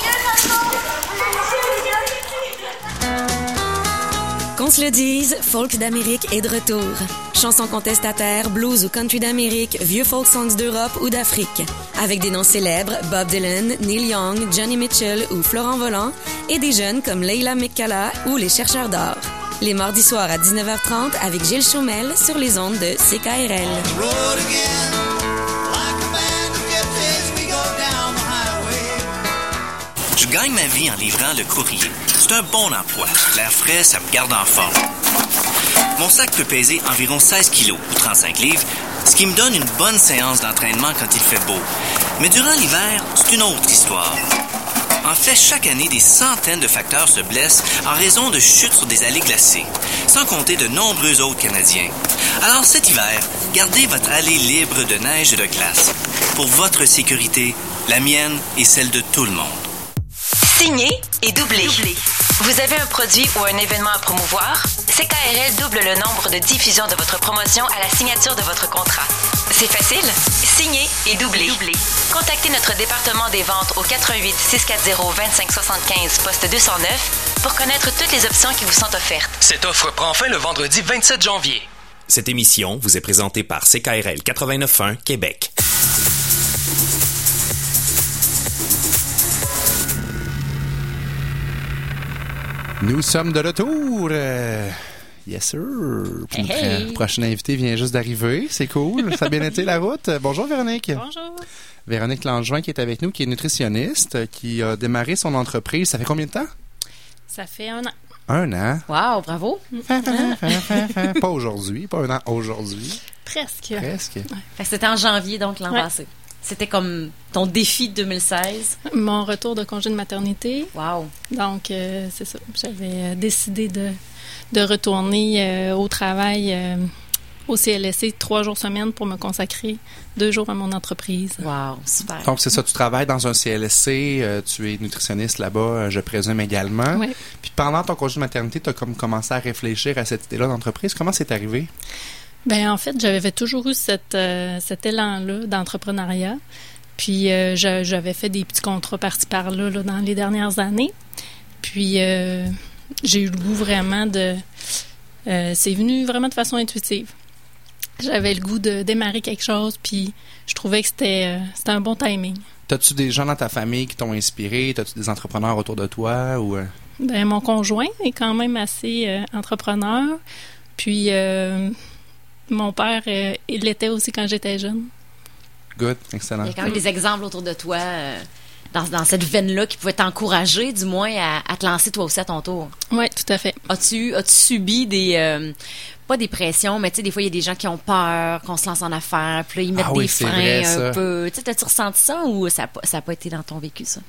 Qu'on se le dise, Folk d'Amérique est de retour. Chansons contestataires, blues ou country d'Amérique, vieux folk songs d'Europe ou d'Afrique. Avec des noms célèbres, Bob Dylan, Neil Young, Johnny Mitchell ou Florent Volant, et des jeunes comme Leila McCalla ou les Chercheurs d'or. Les mardis soirs à dix-neuf heures trente avec Gilles Chaumel sur les ondes de C K R L. Je gagne ma vie en livrant le courrier. C'est un bon emploi. L'air frais, ça me garde en forme. Mon sac peut peser environ seize kilos ou trente-cinq livres, ce qui me donne une bonne séance d'entraînement quand il fait beau. Mais durant l'hiver, c'est une autre histoire. En fait, chaque année, des centaines de facteurs se blessent en raison de chutes sur des allées glacées, sans compter de nombreux autres Canadiens. Alors cet hiver, gardez votre allée libre de neige et de glace. Pour votre sécurité, la mienne et celle de tout le monde. Signé et doublé. doublé. Vous avez un produit ou un événement à promouvoir? C K R L double le nombre de diffusions de votre promotion à la signature de votre contrat. C'est facile. Signé et doublé. doublé. Contactez notre département des ventes au quatre un huit, six quatre zéro, deux cinq sept cinq, poste deux cent neuf pour connaître toutes les options qui vous sont offertes. Cette offre prend fin le vendredi vingt-sept janvier. Cette émission vous est présentée par C K R L quatre-vingt-neuf un Québec. Nous sommes de retour. Euh, yes, sir. Puis hey, notre hey. prochain invité vient juste d'arriver. C'est cool. Ça a bien été la route. Bonjour, Véronique. Bonjour. Véronique Langevin qui est avec nous, qui est nutritionniste, qui a démarré son entreprise. Ça fait combien de temps? Ça fait un an. Un an. Wow, bravo. Pas aujourd'hui, pas un an aujourd'hui. Presque. Presque. Ouais. Fait que c'était en janvier, donc l'an ouais. passé. C'était comme ton défi de deux mille seize? Mon retour de congé de maternité. Wow! Donc, euh, c'est ça. J'avais décidé de, de retourner euh, au travail euh, au C L S C trois jours semaine pour me consacrer deux jours à mon entreprise. Wow! Super! Donc, c'est ça, tu travailles dans un C L S C, euh, tu es nutritionniste là-bas, euh, je présume également. Oui. Puis pendant ton congé de maternité, tu as comme commencé à réfléchir à cette idée-là d'entreprise. Comment c'est arrivé? Ben en fait, j'avais toujours eu cette, euh, cet élan-là d'entrepreneuriat. Puis euh, je, j'avais fait des petits contrats par-ci par-là là, dans les dernières années. Puis euh, j'ai eu le goût vraiment de... Euh, c'est venu vraiment de façon intuitive. J'avais le goût de démarrer quelque chose, puis je trouvais que c'était, euh, c'était un bon timing. T'as-tu des gens dans ta famille qui t'ont inspiré? T'as-tu des entrepreneurs autour de toi? Ou euh... Ben mon conjoint est quand même assez euh, entrepreneur. Puis... Euh, Mon père, euh, il l'était aussi quand j'étais jeune. Good, excellent. Il y a quand même des exemples autour de toi euh, dans, dans cette veine-là qui pouvaient t'encourager, du moins, à, à te lancer toi aussi à ton tour. Oui, tout à fait. As-tu, as-tu subi des... Euh, pas des pressions, mais tu sais, des fois, il y a des gens qui ont peur qu'on se lance en affaires, puis là, ils mettent ah oui, des freins vrai, un ça. peu. Tu sais, as-tu ressenti ça ou ça n'a pas été dans ton vécu, ça?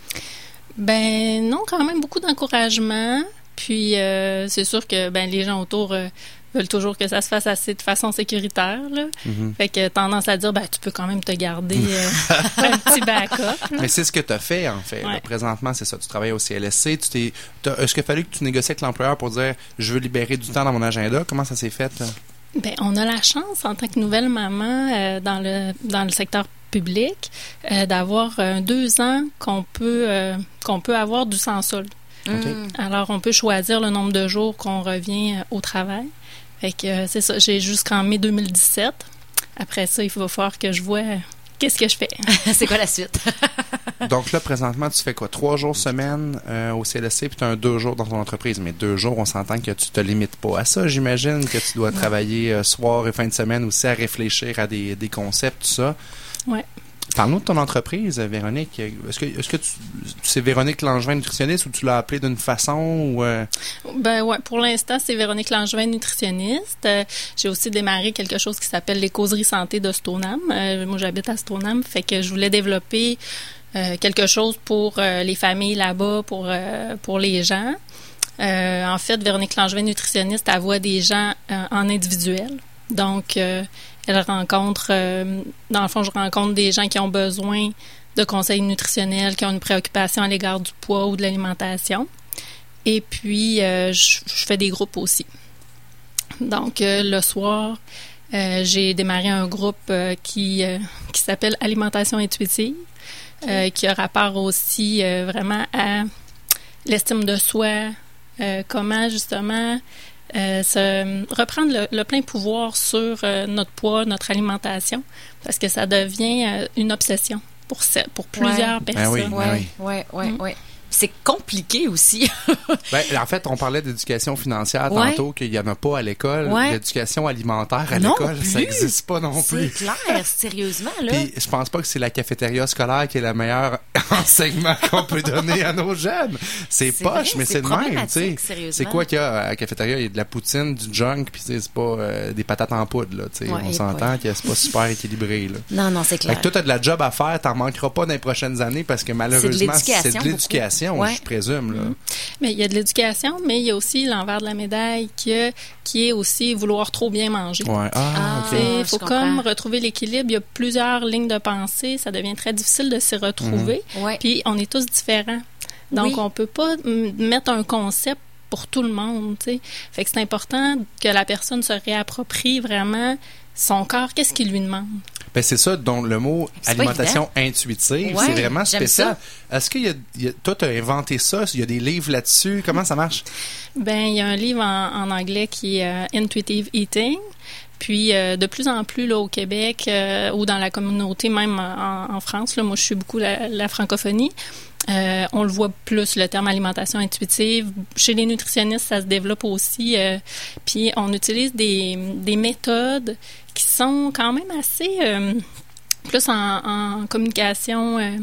Ben non, quand même beaucoup d'encouragement. Puis euh, c'est sûr que ben les gens autour euh, veulent toujours que ça se fasse assez de façon sécuritaire, là. Mm-hmm. Fait que tendance à dire, ben tu peux quand même te garder euh, un petit backup. Là. Mais c'est ce que tu as fait, en fait. Ouais. Là, présentement, c'est ça. Tu travailles au C L S C. Tu t'es, t'as, est-ce qu'il a fallu que tu négocies avec l'employeur pour dire « Je veux libérer du temps dans mon agenda ». Comment ça s'est fait? Là? Ben on a la chance, en tant que nouvelle maman euh, dans le dans le secteur public, euh, d'avoir euh, deux ans qu'on peut, euh, qu'on peut avoir du sans solde. Okay. Alors, on peut choisir le nombre de jours qu'on revient au travail. Fait que euh, c'est ça, j'ai jusqu'en mai deux mille dix-sept. Après ça, il va falloir que je vois euh, qu'est-ce que je fais. C'est quoi la suite? Donc là, présentement, tu fais quoi? Trois jours semaine euh, au C L S C, puis tu as un deux jours dans ton entreprise. Mais deux jours, on s'entend que tu te limites pas à ça. J'imagine que tu dois ouais. travailler euh, soir et fin de semaine aussi à réfléchir à des, des concepts, tout ça. Oui. Parle-nous de ton entreprise, Véronique. Est-ce que, est-ce que tu, c'est Véronique Langevin, nutritionniste, ou tu l'as appelée d'une façon? Ou euh... Ben ouais, pour l'instant, c'est Véronique Langevin, nutritionniste. Euh, j'ai aussi démarré quelque chose qui s'appelle les causeries santé de Stoneham. Euh, moi, j'habite à Stoneham, fait que je voulais développer euh, quelque chose pour euh, les familles là-bas, pour, euh, pour les gens. Euh, en fait, Véronique Langevin, nutritionniste, elle voit des gens euh, en individuel. Donc, euh, elle rencontre, euh, dans le fond, je rencontre des gens qui ont besoin de conseils nutritionnels, qui ont une préoccupation à l'égard du poids ou de l'alimentation. Et puis, euh, je, je fais des groupes aussi. Donc, euh, le soir, euh, j'ai démarré un groupe euh, qui, euh, qui s'appelle Alimentation intuitive, euh, qui a rapport aussi euh, vraiment à l'estime de soi, euh, comment justement... Euh, se, reprendre le, le plein pouvoir sur euh, notre poids, notre alimentation, parce que ça devient euh, une obsession pour, pour plusieurs ouais. personnes. Ben oui, ben oui. Oui, oui, oui. C'est compliqué aussi. ben, en fait, on parlait d'éducation financière ouais. tantôt, qu'il n'y en a pas à l'école. Ouais. L'éducation alimentaire à non l'école, plus. ça n'existe pas non plus. C'est clair, sérieusement. Là. Puis, je pense pas que c'est la cafétéria scolaire qui est le meilleur enseignement qu'on peut donner à nos jeunes. C'est, c'est poche, vrai, mais c'est, c'est le même. T'sais. C'est quoi qu'il y a à la cafétéria? Il y a de la poutine, du junk, puis c'est pas euh, des patates en poudre. Là, ouais, on s'entend ouais. que c'est pas super équilibré. Là. Non, non, c'est clair. Fait que toi, tu as de la job à faire, t'en manqueras pas dans les prochaines années parce que malheureusement, c'est de l'éducation, ouais. je présume. Là. Mmh. Mais il y a de l'éducation, mais il y a aussi l'envers de la médaille qui, qui est aussi vouloir trop bien manger. Ouais. Ah, ah, OK. Il faut comme retrouver l'équilibre. Il y a plusieurs lignes de pensée. Ça devient très difficile de s'y retrouver. Mmh. Ouais. Puis on est tous différents. Donc, oui. on peut pas mettre un concept pour tout le monde. T'sais. Fait que c'est important que la personne se réapproprie vraiment son corps. Qu'est-ce qu'il lui demande? Ben c'est ça, donc le mot c'est alimentation intuitive, ouais, c'est vraiment spécial. Est-ce qu'il y a, il y a toi, tu as inventé ça? Il y a des livres là-dessus? Comment ça marche? Ben il y a un livre en, en anglais qui est euh, Intuitive Eating. Puis, euh, de plus en plus, là, au Québec euh, ou dans la communauté, même en, en France, là, moi, je suis beaucoup la, la francophonie, euh, on le voit plus, le terme alimentation intuitive. Chez les nutritionnistes, ça se développe aussi. Euh, puis, on utilise des, des méthodes qui sont quand même assez... Euh, plus en, en communication... Euh,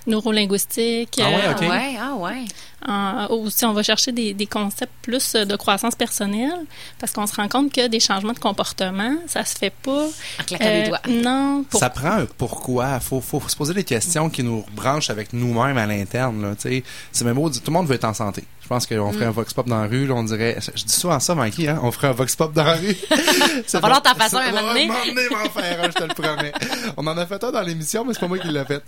neurolinguistique. Ah ouais, OK. Ah ouais, ah ouais. En, aussi, on va chercher des, des concepts plus de croissance personnelle parce qu'on se rend compte que des changements de comportement, ça se fait pas. En claquant euh, des doigts. Non. Pour... Ça prend un pourquoi. Il faut, faut se poser des questions qui nous branchent avec nous-mêmes à l'interne. Là, c'est même beau, tout le monde veut être en santé. Je pense qu'on ferait mm. un vox pop dans la rue, là, on dirait... Je dis souvent ça, Mikey, hein? On ferait un vox pop dans la rue. Ça va falloir t'en faire un moment donné. m'en faire un, je te le promets. On en a fait un dans l'émission, mais c'est pas moi qui l'ai fait.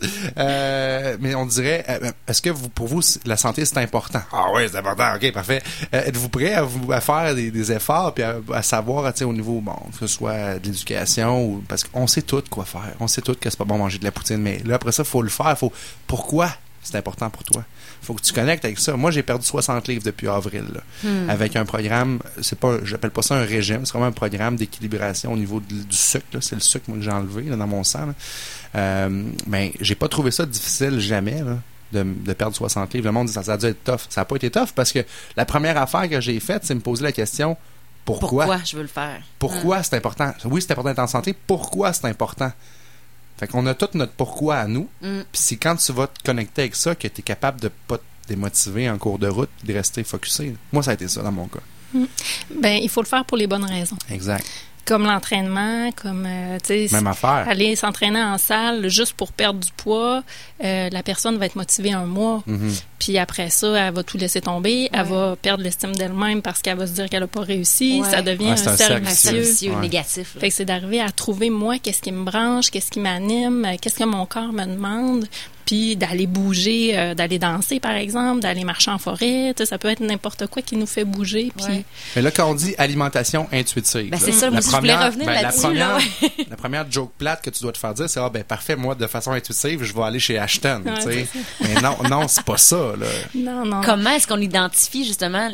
Euh, mais on dirait, est-ce que vous, pour vous, la santé, c'est important? Ah oui, c'est important, ok, parfait. Euh, êtes-vous prêt à, vous, à faire des, des efforts puis à, à savoir, tu sais, au niveau, bon, que ce soit de l'éducation ou... Parce qu'on sait tout quoi faire. On sait tout que c'est pas bon manger de la poutine, mais là, après ça, il faut le faire. Faut... Pourquoi c'est important pour toi? Faut que tu connectes avec ça. Moi, j'ai perdu soixante livres depuis avril, là, hmm. avec un programme, c'est pas, j'appelle pas ça un régime, c'est vraiment un programme d'équilibration au niveau de, du sucre, là. C'est le sucre, moi, que j'ai enlevé, là, dans mon sang, là. Euh, ben, j'ai pas trouvé ça difficile jamais, là, de, de perdre soixante livres. Le monde dit, ça, ça a dû être tough. Ça a pas été tough parce que la première affaire que j'ai faite, c'est me poser la question, pourquoi? Pourquoi je veux le faire? Pourquoi hmm. c'est important? Oui, c'est important d'être en santé. Pourquoi c'est important? Fait qu'on a tout notre pourquoi à nous. Mm. Puis c'est quand tu vas te connecter avec ça que tu es capable de pas te démotiver en cours de route et de rester focusé. Moi, ça a été ça dans mon cas. Mm. Ben, il faut le faire pour les bonnes raisons. Exact. Comme l'entraînement, comme euh, tu sais, même affaire. Aller s'entraîner en salle juste pour perdre du poids, euh, la personne va être motivée un mois, mm-hmm. puis après ça, elle va tout laisser tomber, ouais. elle va perdre l'estime d'elle-même parce qu'elle va se dire qu'elle n'a pas réussi, ouais. ça devient ouais, un, un cercle vicieux ouais. négatif. Là. Fait que c'est d'arriver à trouver moi qu'est-ce qui me branche, qu'est-ce qui m'anime, qu'est-ce que mon corps me demande. Puis d'aller bouger, euh, d'aller danser, par exemple, d'aller marcher en forêt. Ça peut être n'importe quoi qui nous fait bouger. Puis... Ouais. Mais là, quand on dit alimentation intuitive... Ben, c'est ça, moi, je voulais revenir ben, là-dessus. La première, là. la première joke plate que tu dois te faire dire, c'est « Ah, ben parfait, moi, de façon intuitive, je vais aller chez Ashton. Ouais, » Mais non, non, c'est pas ça. Là. Non, non. Comment est-ce qu'on identifie, justement,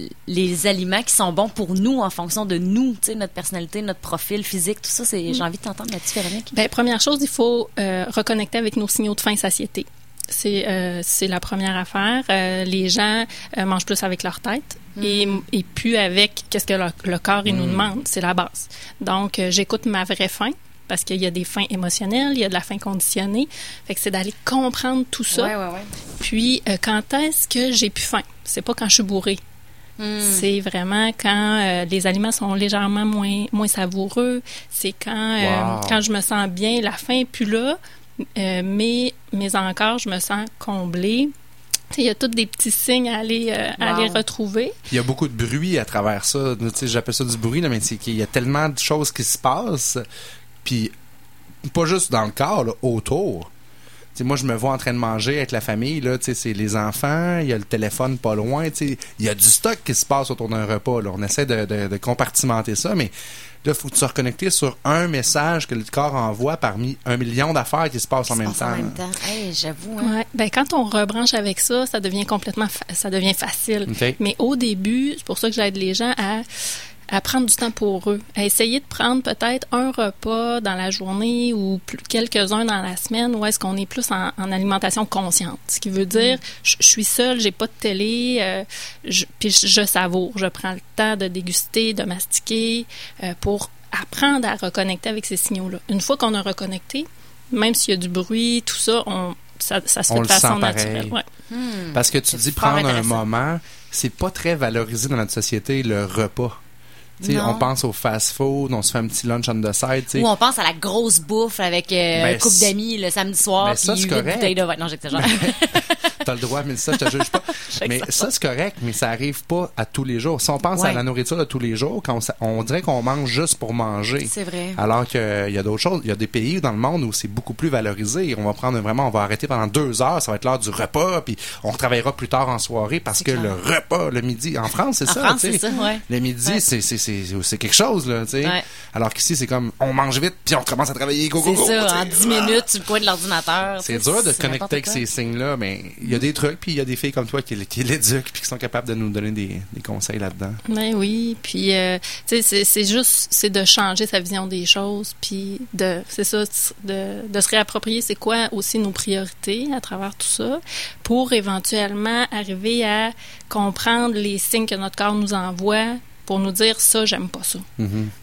les aliments qui sont bons pour nous en fonction de nous, notre personnalité, notre profil physique, tout ça? C'est... Mm. J'ai envie de t'entendre là-dessus, Véronique. Ben, première chose, il faut euh, reconnecter avec nos signaux de faim et satiété. C'est, euh, c'est la première affaire. Euh, les gens euh, mangent plus avec leur tête mm. et, et plus avec qu'est-ce que le, le corps il mm. nous demande. C'est la base. Donc, euh, j'écoute ma vraie faim parce qu'il y a des faims émotionnelles, il y a de la faim conditionnée. Fait que c'est d'aller comprendre tout ça. Ouais, ouais, ouais. Puis, euh, quand est-ce que j'ai plus faim? C'est pas quand je suis bourrée. Mm. C'est vraiment quand euh, les aliments sont légèrement moins, moins savoureux. C'est quand, euh, wow. quand je me sens bien, la faim n'est plus là. Euh, mais, mais encore, je me sens comblée. Il y a tous des petits signes à aller, euh, wow. à aller retrouver. Il y a beaucoup de bruit à travers ça. J'appelle ça du bruit, là, mais c'est qu'il y a tellement de choses qui se passent. Puis, pas juste dans le corps, là, autour. T'sais, moi, je me vois en train de manger avec la famille. Là, c'est les enfants, il y a le téléphone pas loin. Il y a du stock qui se passe autour d'un repas. Là. On essaie de, de, de compartimenter ça, mais là, il faut que tu sois reconnecté sur un message que le corps envoie parmi un million d'affaires qui se passent en même temps. En même temps. Hey, j'avoue. Hein. Ouais. Ben, quand on rebranche avec ça, ça devient complètement fa- ça devient facile. Okay. Mais au début, c'est pour ça que j'aide les gens à à prendre du temps pour eux, à essayer de prendre peut-être un repas dans la journée ou plus, quelques-uns dans la semaine où est-ce qu'on est plus en, en alimentation consciente. Ce qui veut dire, mm. je, je suis seule, j'ai pas de télé, euh, je, puis je, je savoure. Je prends le temps de déguster, de mastiquer euh, pour apprendre à reconnecter avec ces signaux-là. Une fois qu'on a reconnecté, même s'il y a du bruit, tout ça, on, ça, ça se fait on de façon naturelle. Ouais. Hmm. Parce que tu dis prendre un moment, c'est pas très valorisé dans notre société, le repas. T'sais, on pense au fast-food, on se fait un petit lunch on the side. T'sais. Ou on pense à la grosse bouffe avec euh, ben, un couple d'amis le samedi soir, puis huit bouteilles de vin. Non, j'exagère. T'as le droit, mais ça, je te juge pas. Mais ça, c'est correct, mais ça arrive pas à tous les jours. Si on pense ouais. à la nourriture de tous les jours, quand on, on dirait qu'on mange juste pour manger. C'est vrai. Alors qu'il y a d'autres choses. Il y a des pays dans le monde où c'est beaucoup plus valorisé. On va prendre vraiment, on va arrêter pendant deux heures, ça va être l'heure du repas, puis on travaillera plus tard en soirée parce c'est que clair. Le repas, le midi, en France, c'est en ça. France, c'est ça, ouais. Le midi, ouais. c'est, c'est, c'est, c'est quelque chose, là, tu sais. Ouais. Alors qu'ici, c'est comme, on mange vite, puis on commence à travailler, go, go, go. C'est ça, en dix minutes, sur le coin de l'ordinateur. C'est dur de connecter avec ces signes-là, mais il y a des trucs, puis il y a des filles comme toi qui, qui l'éduquent, puis qui sont capables de nous donner des, des conseils là-dedans. Ben oui, puis, euh, tu sais, c'est, c'est juste, c'est de changer sa vision des choses, puis de, c'est ça, de, de se réapproprier c'est quoi aussi nos priorités à travers tout ça, pour éventuellement arriver à comprendre les signes que notre corps nous envoie, pour nous dire ça, j'aime pas ça. Mm-hmm.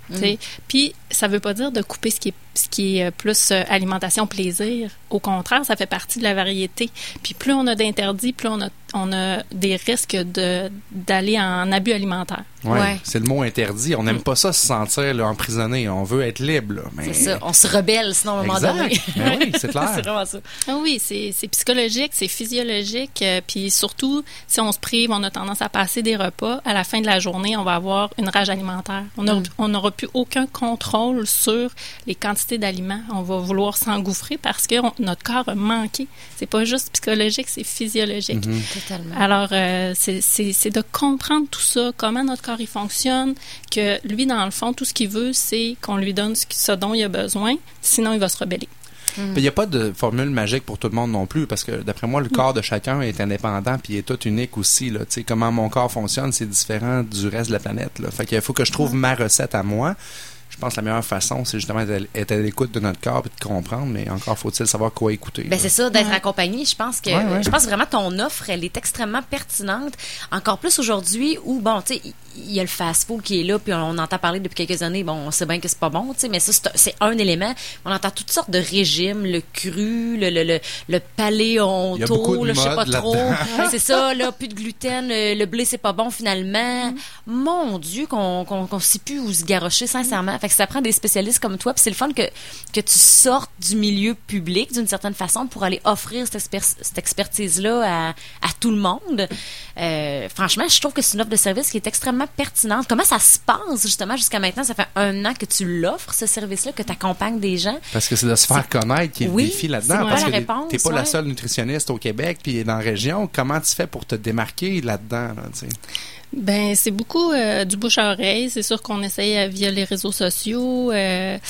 Mm. Puis, ça veut pas dire de couper ce qui est, ce qui est plus euh, alimentation plaisir. Au contraire, ça fait partie de la variété. Puis, plus on a d'interdits, plus on a, on a des risques de, d'aller en abus alimentaire. Ouais, Ouais. c'est le mot interdit. On n'aime mm. pas ça se sentir là, emprisonné. On veut être libre. Là, mais... C'est ça. On se rebelle, sinon, à un moment exact. donné. Ben oui, c'est clair. C'est vraiment ça. Ah oui, c'est, c'est psychologique, c'est physiologique. Euh, puis surtout, si on se prive, on a tendance à passer des repas. À la fin de la journée, on va avoir une rage alimentaire. On n'aura mm. on plus aucun contrôle sur les quantités d'aliments. On va vouloir s'engouffrer parce que on, notre corps a manqué. C'est pas juste psychologique, c'est physiologique. Mm-hmm. Totalement. Alors, euh, c'est, c'est, c'est de comprendre tout ça, comment notre corps il fonctionne, que lui, dans le fond, tout ce qu'il veut, c'est qu'on lui donne ce, ce dont il a besoin, sinon il va se rebeller. Il n'y a pas de formule magique pour tout le monde non plus, parce que d'après moi, le corps de chacun est indépendant puis est tout unique aussi. Là. Comment mon corps fonctionne, c'est différent du reste de la planète. Là. Fait qu'il faut que je trouve ma recette à moi. Je pense que la meilleure façon, c'est justement d'être à l'écoute de notre corps et de comprendre, mais encore faut-il savoir quoi écouter. Ben c'est ça, d'être ouais. accompagné. Je pense que ouais, ouais. je pense vraiment que ton offre, elle est extrêmement pertinente. Encore plus aujourd'hui où, bon, tu sais, il y a le fast-food qui est là, puis on entend parler depuis quelques années, bon, on sait bien que c'est pas bon, tu sais, mais ça, c'est, c'est un élément. On entend toutes sortes de régimes, le cru, le, le, le, le paléonto, le je sais pas trop. C'est ça, là, plus de gluten, le, le blé, c'est pas bon finalement. Mm. Mon Dieu, qu'on, qu'on, qu'on sait plus où se garrocher, sincèrement. Fait que ça prend des spécialistes comme toi, puis c'est le fun que, que tu sortes du milieu public d'une certaine façon pour aller offrir cette, exper- cette expertise-là à, à tout le monde. Euh, franchement, je trouve que c'est une offre de service qui est extrêmement pertinente. Comment ça se passe, justement, jusqu'à maintenant? Ça fait un an que tu l'offres, ce service-là, que tu accompagnes des gens. Parce que c'est de se faire c'est... connaître qui est oui, le défi là-dedans. C'est parce la que réponse, t'es pas ouais. la seule nutritionniste au Québec puis dans la région. Comment tu fais pour te démarquer là-dedans? Là, tu sais? Ben c'est beaucoup euh, du bouche à oreille. C'est sûr qu'on essaye euh, via les réseaux sociaux. Euh,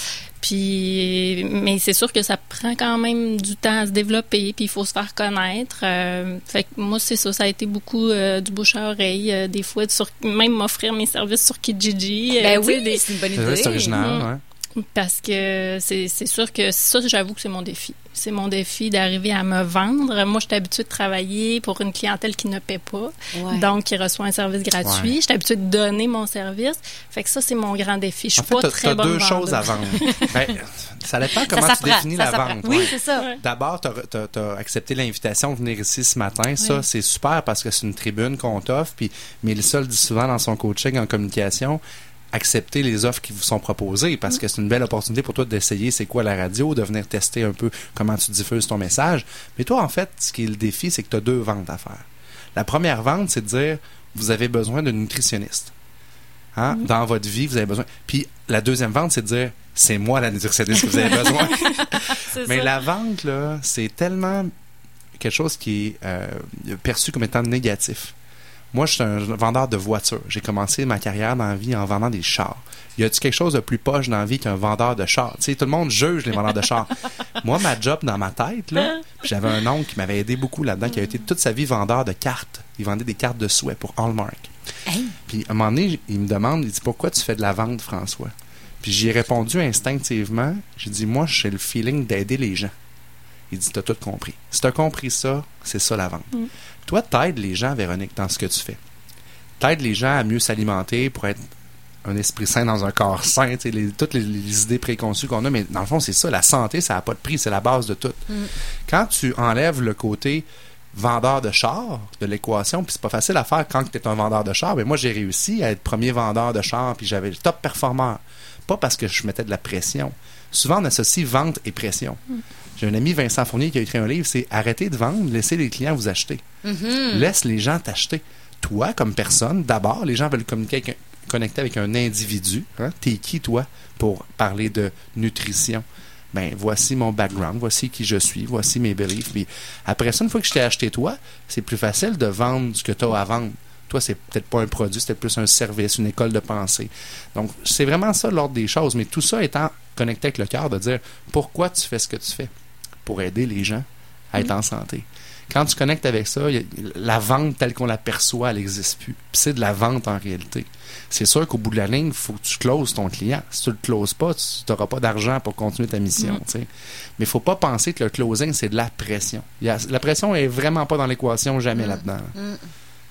puis, mais c'est sûr que ça prend quand même du temps à se développer. Puis il faut se faire connaître. Euh, fait que moi c'est ça. Ça a été beaucoup euh, du bouche à oreille. Euh, des fois, sur, même m'offrir mes services sur Kijiji. Euh, ben oui, des, c'est une bonne idée. C'est original, mmh. ouais. Parce que c'est, c'est sûr que ça, j'avoue que c'est mon défi. C'est mon défi d'arriver à me vendre. Moi, je suis habituée de travailler pour une clientèle qui ne paie pas, ouais. donc qui reçoit un service gratuit. Ouais. Je suis habituée de donner mon service. Fait que ça, c'est mon grand défi. Je suis en fait, pas t'as, très t'as bonne deux vendeuse. choses à vendre. Ben, ça dépend comment ça tu s'apprend, définis ça la s'apprend. vente. Oui, ouais. c'est ça. Ouais. D'abord, tu as accepté l'invitation de venir ici ce matin. Ça, oui. c'est super parce que c'est une tribune qu'on t'offre. Puis Mélissa le dit souvent dans son coaching en communication, accepter les offres qui vous sont proposées parce que c'est une belle opportunité pour toi d'essayer c'est quoi la radio, de venir tester un peu comment tu diffuses ton message. Mais toi, en fait, ce qui est le défi, c'est que tu as deux ventes à faire. La première vente, c'est de dire vous avez besoin de nutritionniste. Hein? Mm-hmm. Dans votre vie, vous avez besoin. Puis la deuxième vente, c'est de dire c'est moi la nutritionniste que vous avez besoin. Mais ça. La vente, là, c'est tellement quelque chose qui est euh, perçu comme étant négatif. Moi, je suis un vendeur de voitures. J'ai commencé ma carrière dans la vie en vendant des chars. Y a-t-il quelque chose de plus poche dans la vie qu'un vendeur de chars? Tu sais, tout le monde juge les vendeurs de chars. Moi, ma job dans ma tête, là, j'avais un oncle qui m'avait aidé beaucoup là-dedans, qui a été toute sa vie vendeur de cartes. Il vendait des cartes de souhait pour Hallmark. Hey. Puis, à un moment donné, il me demande, il dit, pourquoi tu fais de la vente, François? Puis, j'y ai répondu instinctivement. J'ai dit, moi, j'ai le feeling d'aider les gens. Il dit, t'as tout compris. Si t'as compris ça, c'est ça la vente. Mm. Toi, t'aides les gens, Véronique, dans ce que tu fais. T'aides les gens à mieux s'alimenter pour être un esprit sain dans un corps sain, les, toutes les, les idées préconçues qu'on a, mais dans le fond, c'est ça. La santé, ça n'a pas de prix, c'est la base de tout. Mm. Quand tu enlèves le côté vendeur de char de l'équation, puis c'est pas facile à faire quand tu es un vendeur de char, mais moi, j'ai réussi à être premier vendeur de char, puis j'avais le top performeur. Pas parce que je mettais de la pression. Souvent, on associe vente et pression. Mm. J'ai un ami, Vincent Fournier, qui a écrit un livre, c'est « Arrêtez de vendre, laissez les clients vous acheter. Mm-hmm. » Laisse les gens t'acheter. Toi, comme personne, d'abord, les gens veulent communiquer avec un, connecter avec un individu. Hein? T'es qui, toi, pour parler de nutrition? Ben, voici mon background, voici qui je suis, voici mes beliefs. Puis après ça, une fois que je t'ai acheté toi, c'est plus facile de vendre ce que tu as à vendre. Toi, c'est peut-être pas un produit, c'est peut-être plus un service, une école de pensée. Donc, c'est vraiment ça l'ordre des choses. Mais tout ça étant connecté avec le cœur, de dire pourquoi tu fais ce que tu fais. Pour aider les gens à être mmh. en santé. Quand tu connectes avec ça, y a, la vente telle qu'on la perçoit, elle n'existe plus. Puis c'est de la vente en réalité. C'est sûr qu'au bout de la ligne, il faut que tu closes ton client. Si tu ne le closes pas, tu n'auras pas d'argent pour continuer ta mission. Mmh. Mais il ne faut pas penser que le closing, c'est de la pression. Y a, la pression n'est vraiment pas dans l'équation, jamais mmh. là-dedans. Mmh.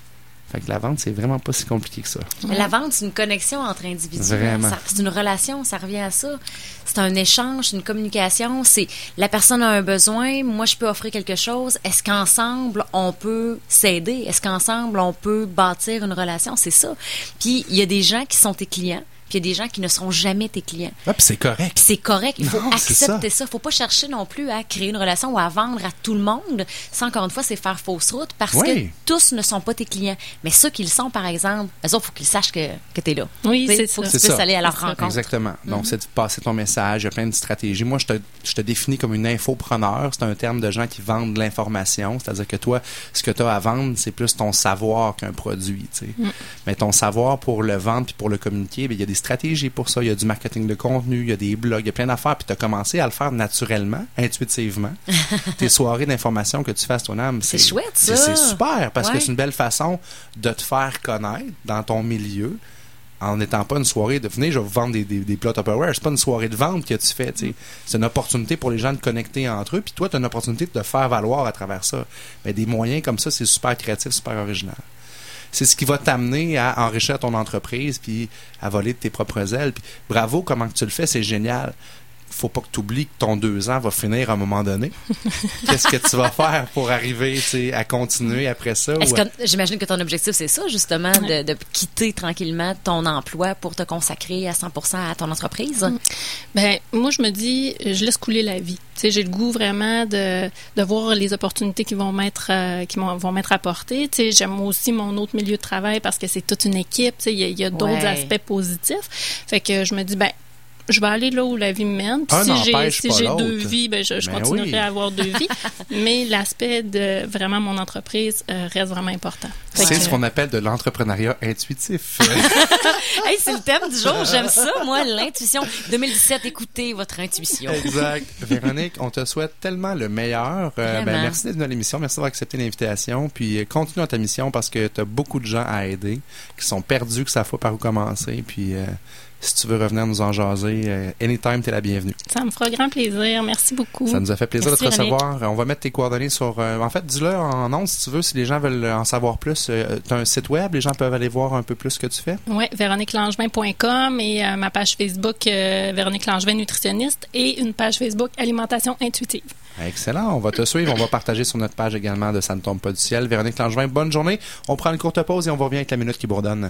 Fait que la vente, c'est vraiment pas si compliqué que ça. Mais la vente, c'est une connexion entre individus. Vraiment. Ça, c'est une relation, ça revient à ça. C'est un échange, c'est une communication. C'est la personne a un besoin, moi je peux offrir quelque chose. Est-ce qu'ensemble on peut s'aider? Est-ce qu'ensemble on peut bâtir une relation? C'est ça. Puis il y a des gens qui sont tes clients. Puis il y a des gens qui ne seront jamais tes clients. Ah, puis c'est correct. Puis c'est correct. Il faut non, accepter ça. Il ne faut pas chercher non plus à créer une relation ou à vendre à tout le monde. Ça, encore une fois, c'est faire fausse route parce oui. que tous ne sont pas tes clients. Mais ceux qui le sont, par exemple, eux autres, il faut qu'ils sachent que, que tu es là. Oui, t'sais, c'est faut ça. que tu C'est puisses ça. aller à leur rencontre. Exactement. Donc, mm-hmm. c'est de passer ton message. Il y a plein de stratégies. Moi, je te, je te définis comme une infopreneur. C'est un terme de gens qui vendent de l'information. C'est-à-dire que toi, ce que tu as à vendre, c'est plus ton savoir qu'un produit. Mm. Mais ton savoir pour le vendre puis pour le communiquer, bien, il y a des stratégies pour ça. Il y a du marketing de contenu, il y a des blogs, il y a plein d'affaires. Puis tu as commencé à le faire naturellement, intuitivement. Tes soirées d'information que tu fais à ton âme, c'est, c'est chouette, ça. C'est, c'est super parce ouais. que c'est une belle façon de te faire connaître dans ton milieu en n'étant pas une soirée de venez, je vais vous vendre des, des, des plats Tupperware. C'est pas une soirée de vente que tu fais. T'sais. C'est une opportunité pour les gens de connecter entre eux. Puis toi, tu as une opportunité de te faire valoir à travers ça. Mais des moyens comme ça, c'est super créatif, super original. C'est ce qui va t'amener à enrichir ton entreprise puis à voler de tes propres ailes. Puis bravo, comment que tu le fais, c'est génial. Faut pas que tu oublies que ton deux ans va finir à un moment donné. Qu'est-ce que tu vas faire pour arriver à continuer après ça? Est-ce ou... que, j'imagine que ton objectif, c'est ça, justement, de, de quitter tranquillement ton emploi pour te consacrer à cent pour cent à ton entreprise? Ben, moi, je me dis, je laisse couler la vie. Tu sais, j'ai le goût vraiment de, de voir les opportunités qui vont m'être, euh, qui vont, vont m'être apportées. Tu sais, j'aime aussi mon autre milieu de travail parce que c'est toute une équipe. Tu sais, il y a, il y a d'autres ouais. aspects positifs. Fait que je me dis, ben, je vais aller là où la vie me mène. Puis si j'ai, si j'ai deux vies, ben je, je continuerai oui. à avoir deux vies. Mais l'aspect de vraiment mon entreprise euh, reste vraiment important. Fait c'est que, ce qu'on appelle de l'entrepreneuriat intuitif. Hey, c'est le thème du jour. J'aime ça, moi, l'intuition. deux mille dix-sept, écoutez votre intuition. Exact. Véronique, on te souhaite tellement le meilleur. Euh, ben, merci d'être venue à l'émission. Merci d'avoir accepté l'invitation. Puis continue dans ta mission parce que tu as beaucoup de gens à aider qui sont perdus, que ça faut par où commencer. Puis euh, si tu veux revenir nous en jaser, euh, anytime, t'es la bienvenue. Ça me fera grand plaisir. Merci beaucoup. Ça nous a fait plaisir Merci, de te recevoir. Véronique. On va mettre tes coordonnées sur... Euh, en fait, dis-le en ondes si tu veux, si les gens veulent en savoir plus. Euh, tu as un site web, les gens peuvent aller voir un peu plus ce que tu fais? Oui, véronique langevin point com et euh, ma page Facebook euh, Véronique Langevin nutritionniste et une page Facebook Alimentation intuitive. Excellent. On va te suivre. On va partager sur notre page également de Ça ne tombe pas du ciel. Véronique Langevin, bonne journée. On prend une courte pause et on va revenir avec la minute qui bourdonne.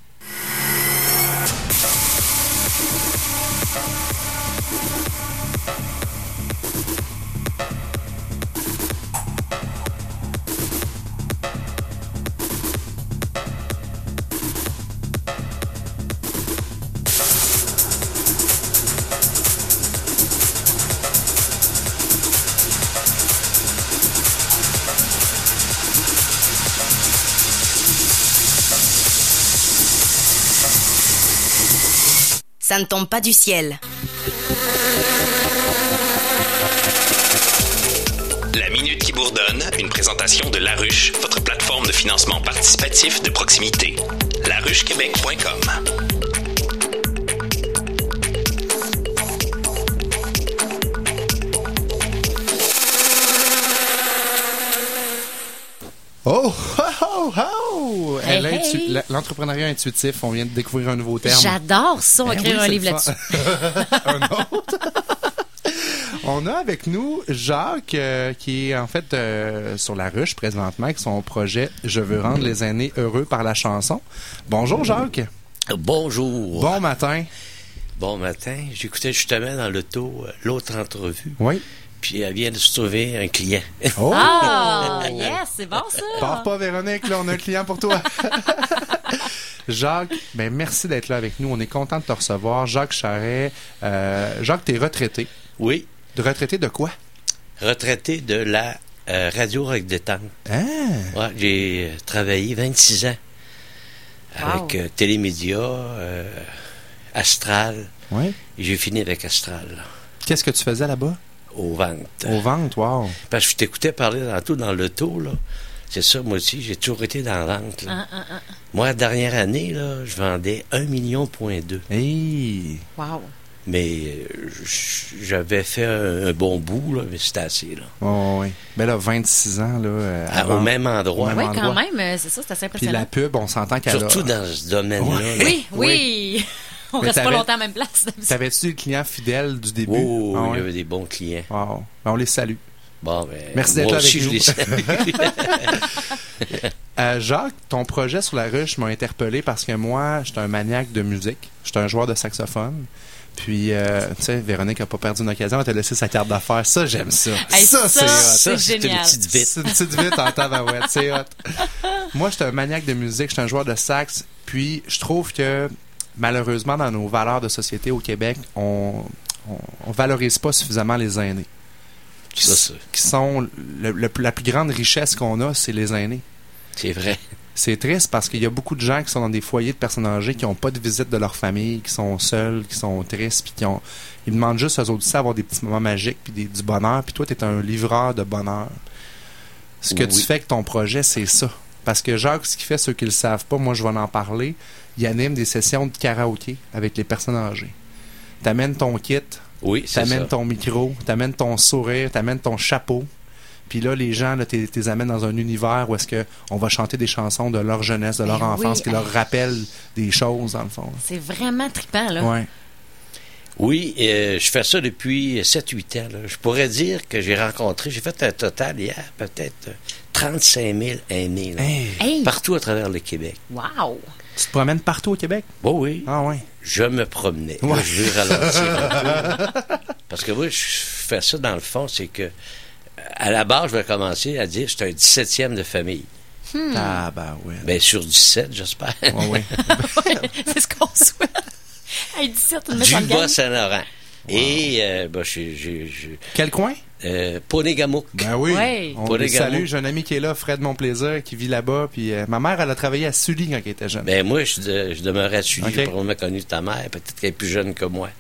Ça ne tombe pas du ciel. La Minute qui bourdonne, une présentation de La Ruche, votre plateforme de financement participatif de proximité. la ruche québec point com. Oh, oh, oh! Hey, L'intu- hey. L'entrepreneuriat intuitif, on vient de découvrir un nouveau terme. J'adore ça, on va Ben écrire oui, un c'est livre le là-dessus. fun. Un autre? On a avec nous Jacques, euh, qui est en fait euh, sur La Ruche présentement, avec son projet « Je veux rendre les aînés heureux par la chanson ». Bonjour Jacques. Bonjour. Bon matin. Bon matin. J'écoutais justement dans l'auto euh, l'autre entrevue. Oui. Puis elle vient de se trouver un client. Oh! Ah, yes, c'est bon ça. Pars pas Véronique, là, on a un client pour toi. Jacques, ben merci d'être là avec nous. On est content de te recevoir. Jacques Charret. Euh, Jacques, t'es retraité. Oui. De retraité de quoi? Retraité de la euh, radio Rock Détente. Ah! Ouais, j'ai euh, travaillé vingt-six ans avec Wow. euh, Télémédia, euh, Astral. Oui. Et j'ai fini avec Astral. Là, Qu'est-ce que tu faisais là-bas? aux ventes. Aux ventes, wow. Parce que je t'écoutais parler tantôt dans l'auto, là. C'est ça, moi aussi, j'ai toujours été dans la vente. Là. Ah, ah, ah. Moi, la dernière année, là, je vendais un million point deux. Hey! Wow. Mais euh, j'avais fait un, un bon bout, là, mais c'était assez, là. Oh, oui. Ben là, vingt-six ans, là. Euh, ah, au même endroit. Oui, quand même, c'est ça, c'est assez impressionnant. Puis la pub, on s'entend qu'elle Surtout a... dans ce domaine-là. Ouais. Là. Oui, oui. oui. On mais reste pas longtemps à la même place. T'avais-tu des clients fidèles du début? Oh, ah, il ouais. y avait des bons clients. Wow. Ben, on les salue. Bon, ben, merci d'être moi là avec aussi, nous. Je les salue. euh, Jacques, ton projet sur la ruche m'a interpellé parce que moi, j'étais un maniaque de musique. J'étais un joueur de saxophone. Puis, euh, tu sais, Véronique n'a pas perdu une occasion, elle t'a laissé sa carte d'affaires. Ça, j'aime ça. Hey, ça, ça, c'est hot. C'est génial. C'est une petite vite. C'est une petite vite en tabarouette. C'est hot. Moi, j'étais un maniaque de musique, j'étais un joueur de sax. Puis, je trouve que, malheureusement, dans nos valeurs de société au Québec, on, on, on valorise pas suffisamment les aînés. Qui, ça, ça. qui sont le, le, la plus grande richesse qu'on a, c'est les aînés. C'est vrai. C'est triste parce qu'il y a beaucoup de gens qui sont dans des foyers de personnes âgées qui n'ont pas de visite de leur famille, qui sont seuls, qui sont tristes, puis qui ont... Ils demandent juste aux autres d'avoir des petits moments magiques, puis des, du bonheur, puis toi, tu es un livreur de bonheur. Ce que oui. tu fais avec ton projet, c'est ça. Parce que Jacques, ce qu'il fait, ceux qui ne le savent pas, moi, je vais en parler, il anime des sessions de karaoké avec les personnes âgées. T'amènes ton kit, oui, t'amènes ton micro, t'amènes ton sourire, t'amènes ton chapeau. Puis là, les gens, là, t'es, t'es amènes dans un univers où est-ce que on va chanter des chansons de leur jeunesse, de leur ben enfance, oui, qui hey. leur rappellent des choses, dans le fond. C'est vraiment trippant, là. Ouais. Oui, euh, je fais ça depuis sept huit ans. Là. Je pourrais dire que j'ai rencontré, j'ai fait un total hier, peut-être trente-cinq mille aînés, là, hey. Hey. partout à travers le Québec. Wow! Tu te promènes partout au Québec? Bon, oui. Ah oui. Je me promenais. Ouais. Là, je vais ralentir. Parce que moi, je fais ça dans le fond, c'est que à la base, je vais commencer à dire que je suis un dix-septième de famille. Hmm. Ah, ben oui. Bien, sur dix-sept, j'espère. Oh, oui. C'est ce qu'on souhaite. Hey, dix-sept, on du Bas-Saint-Laurent. Wow. Et, euh, ben, j'ai, j'ai, j'ai... Quel coin? Euh, Ponégamouk. Ben oui. Ouais. On le salue. J'ai un ami qui est là, Fred Monplaisir, qui vit là-bas. Puis euh, ma mère, elle a travaillé à Sully quand elle était jeune. Ben moi, je, de, je demeurais à Sully. Okay. J'ai probablement connu ta mère. Peut-être qu'elle est plus jeune que moi.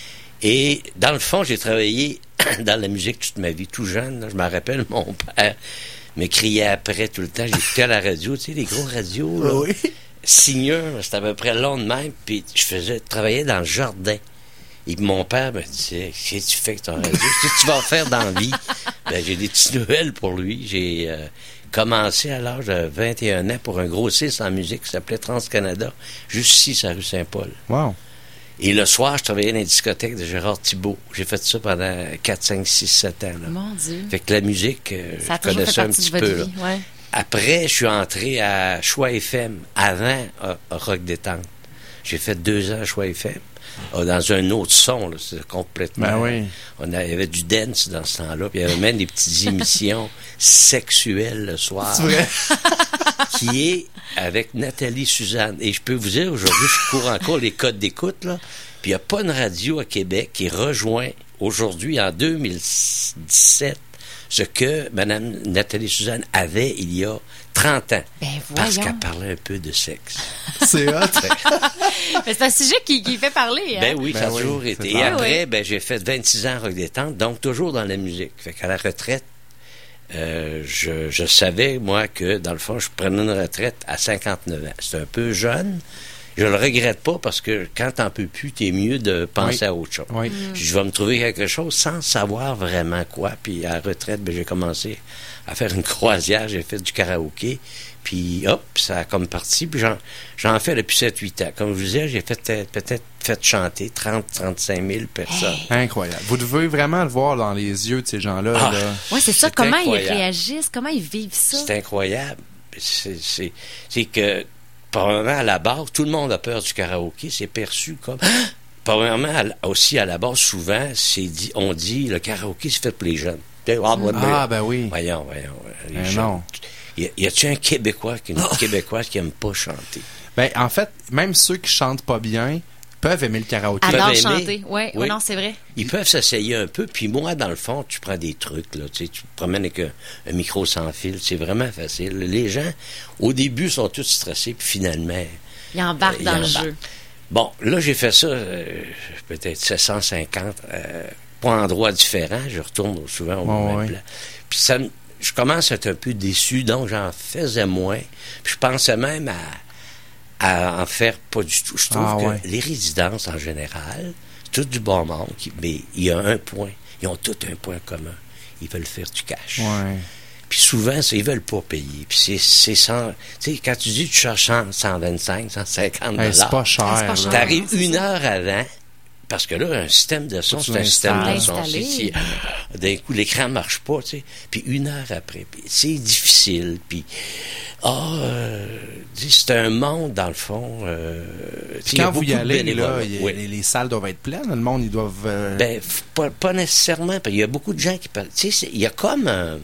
Et dans le fond, j'ai travaillé dans la musique toute ma vie, tout jeune. Là. Je me rappelle, mon père me criait après tout le temps. J'écoutais à la radio, tu sais, les gros radios. Là. Oui. Signeur, c'était à peu près long de même. Puis je faisais travailler dans le jardin. Et mon père me disait, qu'est-ce que tu fais avec ton radio? Qu'est-ce que tu vas faire dans la vie? Ben, j'ai des petites nouvelles pour lui. J'ai euh, commencé à l'âge de vingt et un ans pour un grossiste en musique qui s'appelait Trans-Canada, juste ici, sur la rue Saint-Paul. Wow. Et le soir, je travaillais dans la discothèque de Gérard Thibault. J'ai fait ça pendant quatre, cinq, six, sept ans. Là. Mon Dieu. Fait que la musique, euh, ça je connaissais un petit peu. Là. Vie, ouais. Après, je suis entré à Choix F M, avant à, à Rock Détente. J'ai fait deux ans à Choix F M. Dans un autre son, là, c'est complètement... Ben oui. On a, il y avait du dance dans ce temps-là, puis il y avait même des petites émissions sexuelles le soir. C'est vrai? Qui est avec Nathalie Suzanne. Et je peux vous dire, aujourd'hui, je cours encore les codes d'écoute, là, puis il n'y a pas une radio à Québec qui rejoint aujourd'hui, en deux mille dix-sept, ce que Mme Nathalie Suzanne avait il y a trente ans. Ben parce qu'elle parlait un peu de sexe. C'est hot. Mais c'est un sujet qui, qui fait parler. Hein? Ben oui, ben ça a oui, toujours été. Et après, ben, j'ai fait vingt-six ans Rock Détente, donc toujours dans la musique. Fait qu'à la retraite, euh, je, je savais, moi, que dans le fond, je prenais une retraite à cinquante-neuf ans. C'est un peu jeune. Je le regrette pas parce que quand t'en peux plus, t'es mieux de penser oui. à autre chose. Oui. Mm. Je vais me trouver quelque chose sans savoir vraiment quoi. Puis à la retraite, ben, j'ai commencé à faire une croisière, j'ai fait du karaoké. Puis hop, ça a comme parti. Puis j'en, j'en fais depuis sept huit ans. Comme je vous disais, j'ai fait peut-être fait chanter trente à trente-cinq mille personnes. Hey. Incroyable. Vous devez vraiment le voir dans les yeux de ces gens-là. Ah, là. Oui, c'est ça. C'est comment incroyable. Ils réagissent, comment ils vivent ça. C'est incroyable. C'est, c'est, c'est que probablement à la base, tout le monde a peur du karaoké. C'est perçu comme... Probablement aussi à la base, souvent, c'est dit, on dit le karaoké, c'est fait pour les jeunes. Ah, ah ben oui. Voyons, voyons. Les ben jeunes. Non. Y, y a-tu un Québécois, une Québécoise qui aime pas chanter? Ben, en fait, même ceux qui chantent pas bien peuvent aimer le karaoké. Adore aimer. chanter, ouais, oui. Ouais, non, c'est vrai. Ils peuvent s'essayer un peu, puis moi, dans le fond, tu prends des trucs, là, tu sais, tu te promènes avec un, un micro sans fil, c'est vraiment facile. Les gens, au début, sont tous stressés, puis finalement... Ils embarquent euh, dans ils le embarquent. Jeu. Bon, là, j'ai fait ça, euh, peut-être sept cent cinquante, euh, pas endroits différents, je retourne souvent au oh, même oui. plan. Puis ça, je commence à être un peu déçu, donc j'en faisais moins, puis je pensais même à... à en faire pas du tout. Je trouve ah, que ouais. les résidences, en général, tout du bon monde, qui, mais il y a un point. Ils ont tous un point commun. Ils veulent faire du cash. Ouais. Puis souvent, ça, ils veulent pas payer. Puis c'est, c'est cent... Tu sais, quand tu dis que tu cherches cent vingt-cinq, cent cinquante dollars... Hey, c'est pas cher. C'est pas cher. T'arrives une heure avant, parce que là, un système de son, c'est un système de son. Installé. Si, d'un coup, l'écran marche pas, tu sais. Puis une heure après, puis c'est difficile. Puis, ah, euh, c'est un monde, dans le fond... Euh, puis quand vous y allez, là, y a, oui. les, les salles doivent être pleines, le monde, ils doivent... Euh... Ben, pas, pas nécessairement, parce qu'il y a beaucoup de gens qui parlent... Tu sais, il y a comme un...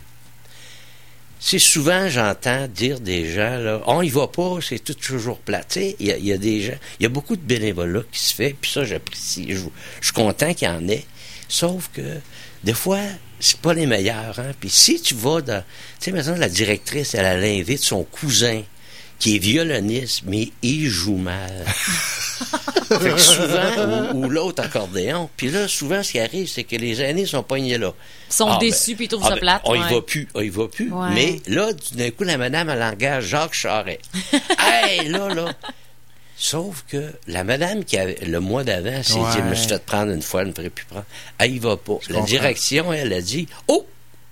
C'est souvent, j'entends dire des gens, là, on y va pas, c'est tout toujours plat. Tu sais, il y a, il y a des gens, il y a beaucoup de bénévolat qui se fait, puis ça, j'apprécie. Je, je suis content qu'il y en ait. Sauf que, des fois, c'est pas les meilleurs, hein. Puis si tu vas dans, tu sais, maintenant, la directrice, elle, elle invite son cousin, qui est violoniste, mais il joue mal. Fait que souvent, ou, ou l'autre accordéon. Puis là, souvent, ce qui arrive, c'est que les aînés sont pognés là. Ils sont ah, déçus, ben, puis ils trouvent ah, ça ben, plate. On ouais. y va plus, on y va plus. Ouais. Mais là, d'un coup, la madame, elle engage Jacques Charest. Hey, là, là. Sauf que la madame qui avait, le mois d'avant, s'est ouais. dit, je me suis fait prendre une fois, elle ne pourrait plus prendre. Elle y va pas. Je la comprends. direction, elle a dit, oh!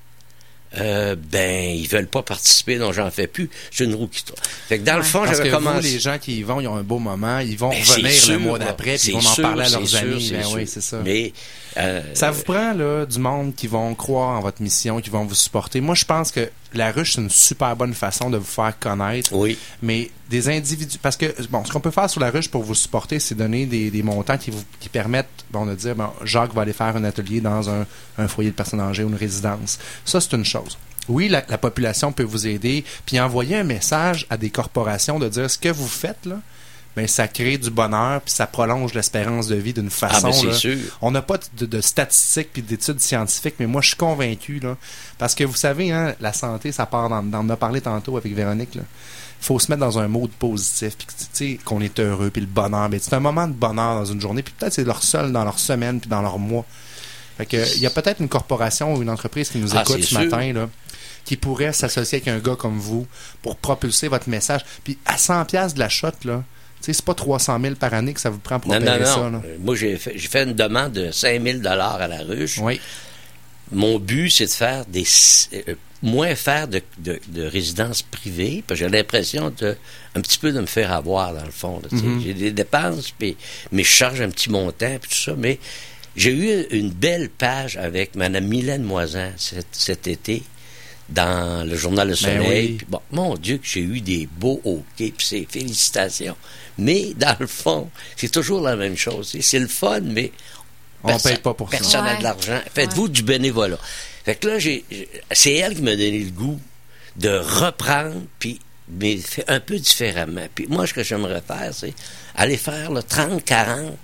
Euh, ben, ils veulent pas participer, donc j'en fais plus. C'est une roue qui tourne. Fait que dans ouais. le fond, Parce j'avais que commencé. Vous, les gens qui y vont, ils ont un beau moment, ils vont ben, revenir sûr, le mois d'après, puis ils vont sûr, en parler à leurs sûr, amis. C'est Ben sûr. oui, c'est ça. Mais euh, ça vous prend là du monde qui vont croire en votre mission, qui vont vous supporter. Moi, je pense que la ruche, c'est une super bonne façon de vous faire connaître. Oui. Mais des individus, parce que bon, ce qu'on peut faire sur la ruche pour vous supporter, c'est donner des, des montants qui vous qui permettent, bon, de dire, bon, Jacques va aller faire un atelier dans un, un foyer de personnes âgées ou une résidence. Ça, c'est une chose. Oui, la, la population peut vous aider, puis envoyer un message à des corporations de dire ce que vous faites là. Ben, ça crée du bonheur, puis ça prolonge l'espérance de vie d'une façon. Ah, ben c'est là. sûr. On n'a pas de, de statistiques puis d'études scientifiques, mais moi, je suis convaincu, là, parce que vous savez, hein, la santé, ça part dans, dans, on en a parlé tantôt avec Véronique, là. Faut se mettre dans un mode positif, puis tu sais, qu'on est heureux, puis le bonheur, ben, c'est un moment de bonheur dans une journée, puis peut-être c'est leur seul dans leur semaine, puis dans leur mois. Fait que, il y a peut-être une corporation ou une entreprise qui nous ah, écoute ce sûr. matin, là, qui pourrait s'associer avec un gars comme vous pour propulser votre message. Puis à cent piastres de la shot, là, tu sais, c'est pas trois cent mille par année que ça vous prend pour non, opérer non, ça. non. Là. Moi, j'ai fait, j'ai fait une demande de cinq mille dollars à la ruche. Oui. Mon but, c'est de faire des... Euh, moins faire de, de, de résidences privées, parce que j'ai l'impression de un petit peu de me faire avoir, dans le fond. Là, mm-hmm. J'ai des dépenses, puis, mais je charge un petit montant, puis tout ça, mais j'ai eu une belle page avec Mme Mylène Moisan cet, cet été, dans le Journal Le Soleil. Ben oui. Puis bon, mon Dieu, que j'ai eu des beaux OK, puis c'est félicitations. Mais dans le fond, c'est toujours la même chose. C'est le fun, mais on personne, paye pas pour personne ça. n'a Ouais. de l'argent. Faites-vous Ouais. du bénévolat. Fait que là, j'ai, j'ai, c'est elle qui m'a donné le goût de reprendre, puis mais fait un peu différemment. Puis moi, ce que j'aimerais faire, c'est aller faire le trente quarante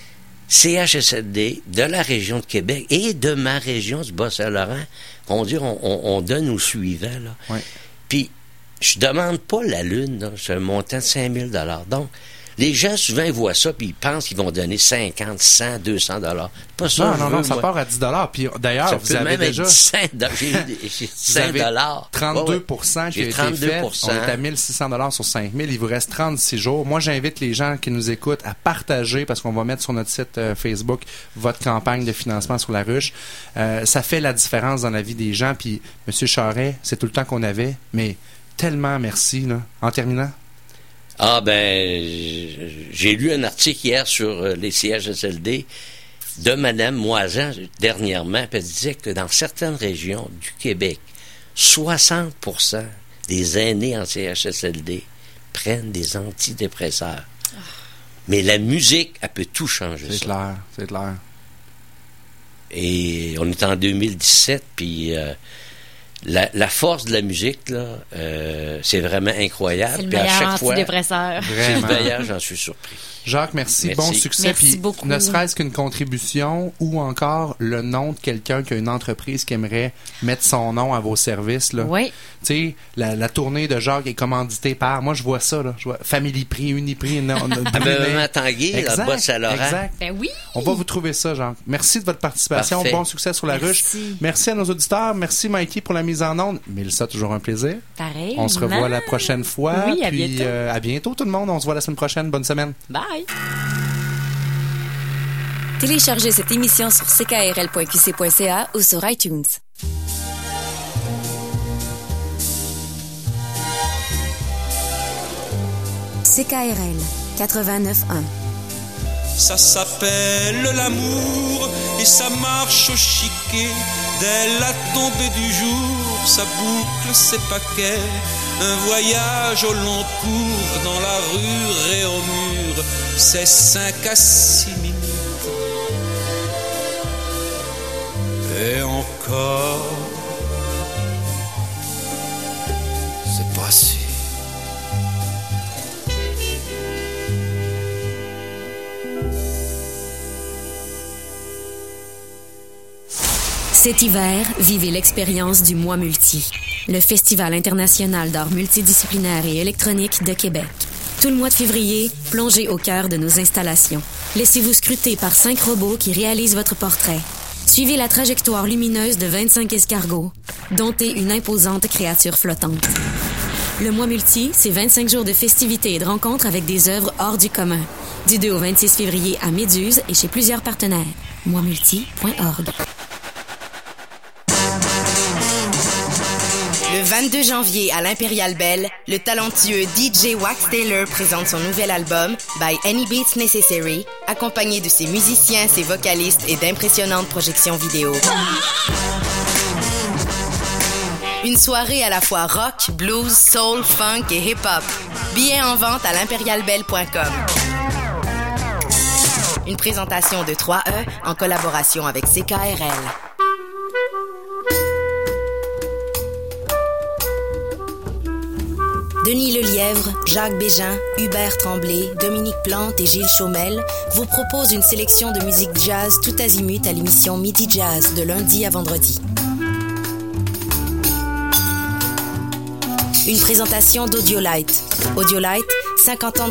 C H S L D de la région de Québec et de ma région du Bas-Saint-Laurent. On dit, on, on, on donne aux suivants. Là. Ouais. Puis, je demande pas la lune, là, c'est un montant de cinq mille dollars. Donc, les gens, souvent, ils voient ça, puis ils pensent qu'ils vont donner cinquante, cent, deux cents dollars. Pas ça, Non, je non, veux, non, ça moi. part à dix dollars. Puis d'ailleurs, Ça vous peut avez même déjà... être cinq dollars. J'ai eu des, j'ai Vous avez cinq dollars. trente-deux pour cent Ouais, ouais. qui a J'ai été trente-deux fait. pour cent. On est à mille six cents dollars sur cinq mille. Il vous reste trente-six jours. Moi, j'invite les gens qui nous écoutent à partager, parce qu'on va mettre sur notre site euh, Facebook votre campagne de financement sur la ruche. Euh, ça fait la différence dans la vie des gens. Puis, M. Charest, c'est tout le temps qu'on avait, mais tellement merci. Là. En terminant. Ah, ben, j'ai lu un article hier sur les C H S L D de Mme Moisan, dernièrement, puis elle disait que dans certaines régions du Québec, soixante pour cent des aînés en C H S L D prennent des antidépresseurs. Oh. Mais la musique, elle peut tout changer. C'est ça. clair, c'est clair. Et on est en deux mille dix-sept, puis euh, la, la force de la musique, là, euh, c'est vraiment incroyable. C'est le puis à meilleur chaque fois, antidépresseur. c'est le meilleur, j'en suis surpris. Jacques, merci, merci. bon succès. Merci Puis, beaucoup. ne serait-ce qu'une contribution ou encore le nom de quelqu'un qui a une entreprise qui aimerait mettre son nom à vos services. Là. Oui. Tu sais, la, la tournée de Jacques est commanditée par, moi je vois ça, là, je vois Family Prix, Uniprix, non, Ah ben, Maman Tanguay, là, Bas-Saint-Laurent. Exact. Ben oui. On va vous trouver ça, Jacques. Merci de votre participation. Parfait. Bon succès sur la Merci. ruche. Merci à nos auditeurs. Merci Mikey pour la mise en onde. Mélissa, toujours un plaisir. Pareil. On se revoit la prochaine fois. Oui, à Puis, bientôt. euh, à bientôt tout le monde. On se voit la semaine prochaine. Bonne semaine. Bye. Téléchargez cette émission sur c k r l point q c point c a ou sur iTunes. C K R L quatre-vingt-neuf un. Ça s'appelle l'amour et ça marche au chiquet. Dès la tombée du jour, ça boucle ses paquets. Un voyage au long cours dans la rue et au mur, c'est cinq à six minutes. Et encore, c'est pas sûr. Cet hiver, vivez l'expérience du Mois Multi, le Festival international d'art multidisciplinaire et électronique de Québec. Tout le mois de février, plongez au cœur de nos installations. Laissez-vous scruter par cinq robots qui réalisent votre portrait. Suivez la trajectoire lumineuse de vingt-cinq escargots. Domptez une imposante créature flottante. Le Mois Multi, c'est vingt-cinq jours de festivités et de rencontres avec des œuvres hors du commun. Du deux au vingt-six février à Méduse et chez plusieurs partenaires. moi multi point org. Le vingt-deux janvier à l'Impérial Belle, le talentueux D J Wax Taylor présente son nouvel album By Any Beats Necessary, accompagné de ses musiciens, ses vocalistes et d'impressionnantes projections vidéo. Une soirée à la fois rock, blues, soul, funk et hip-hop. Billets en vente à l'impérial belle point com. Une présentation de trois E en collaboration avec C K R L. Denis Lelièvre, Jacques Bégin, Hubert Tremblay, Dominique Plante et Gilles Chaumel vous proposent une sélection de musique jazz tout azimut à l'émission Midi Jazz de lundi à vendredi. Une présentation d'Audiolite. Audiolite, cinquante ans de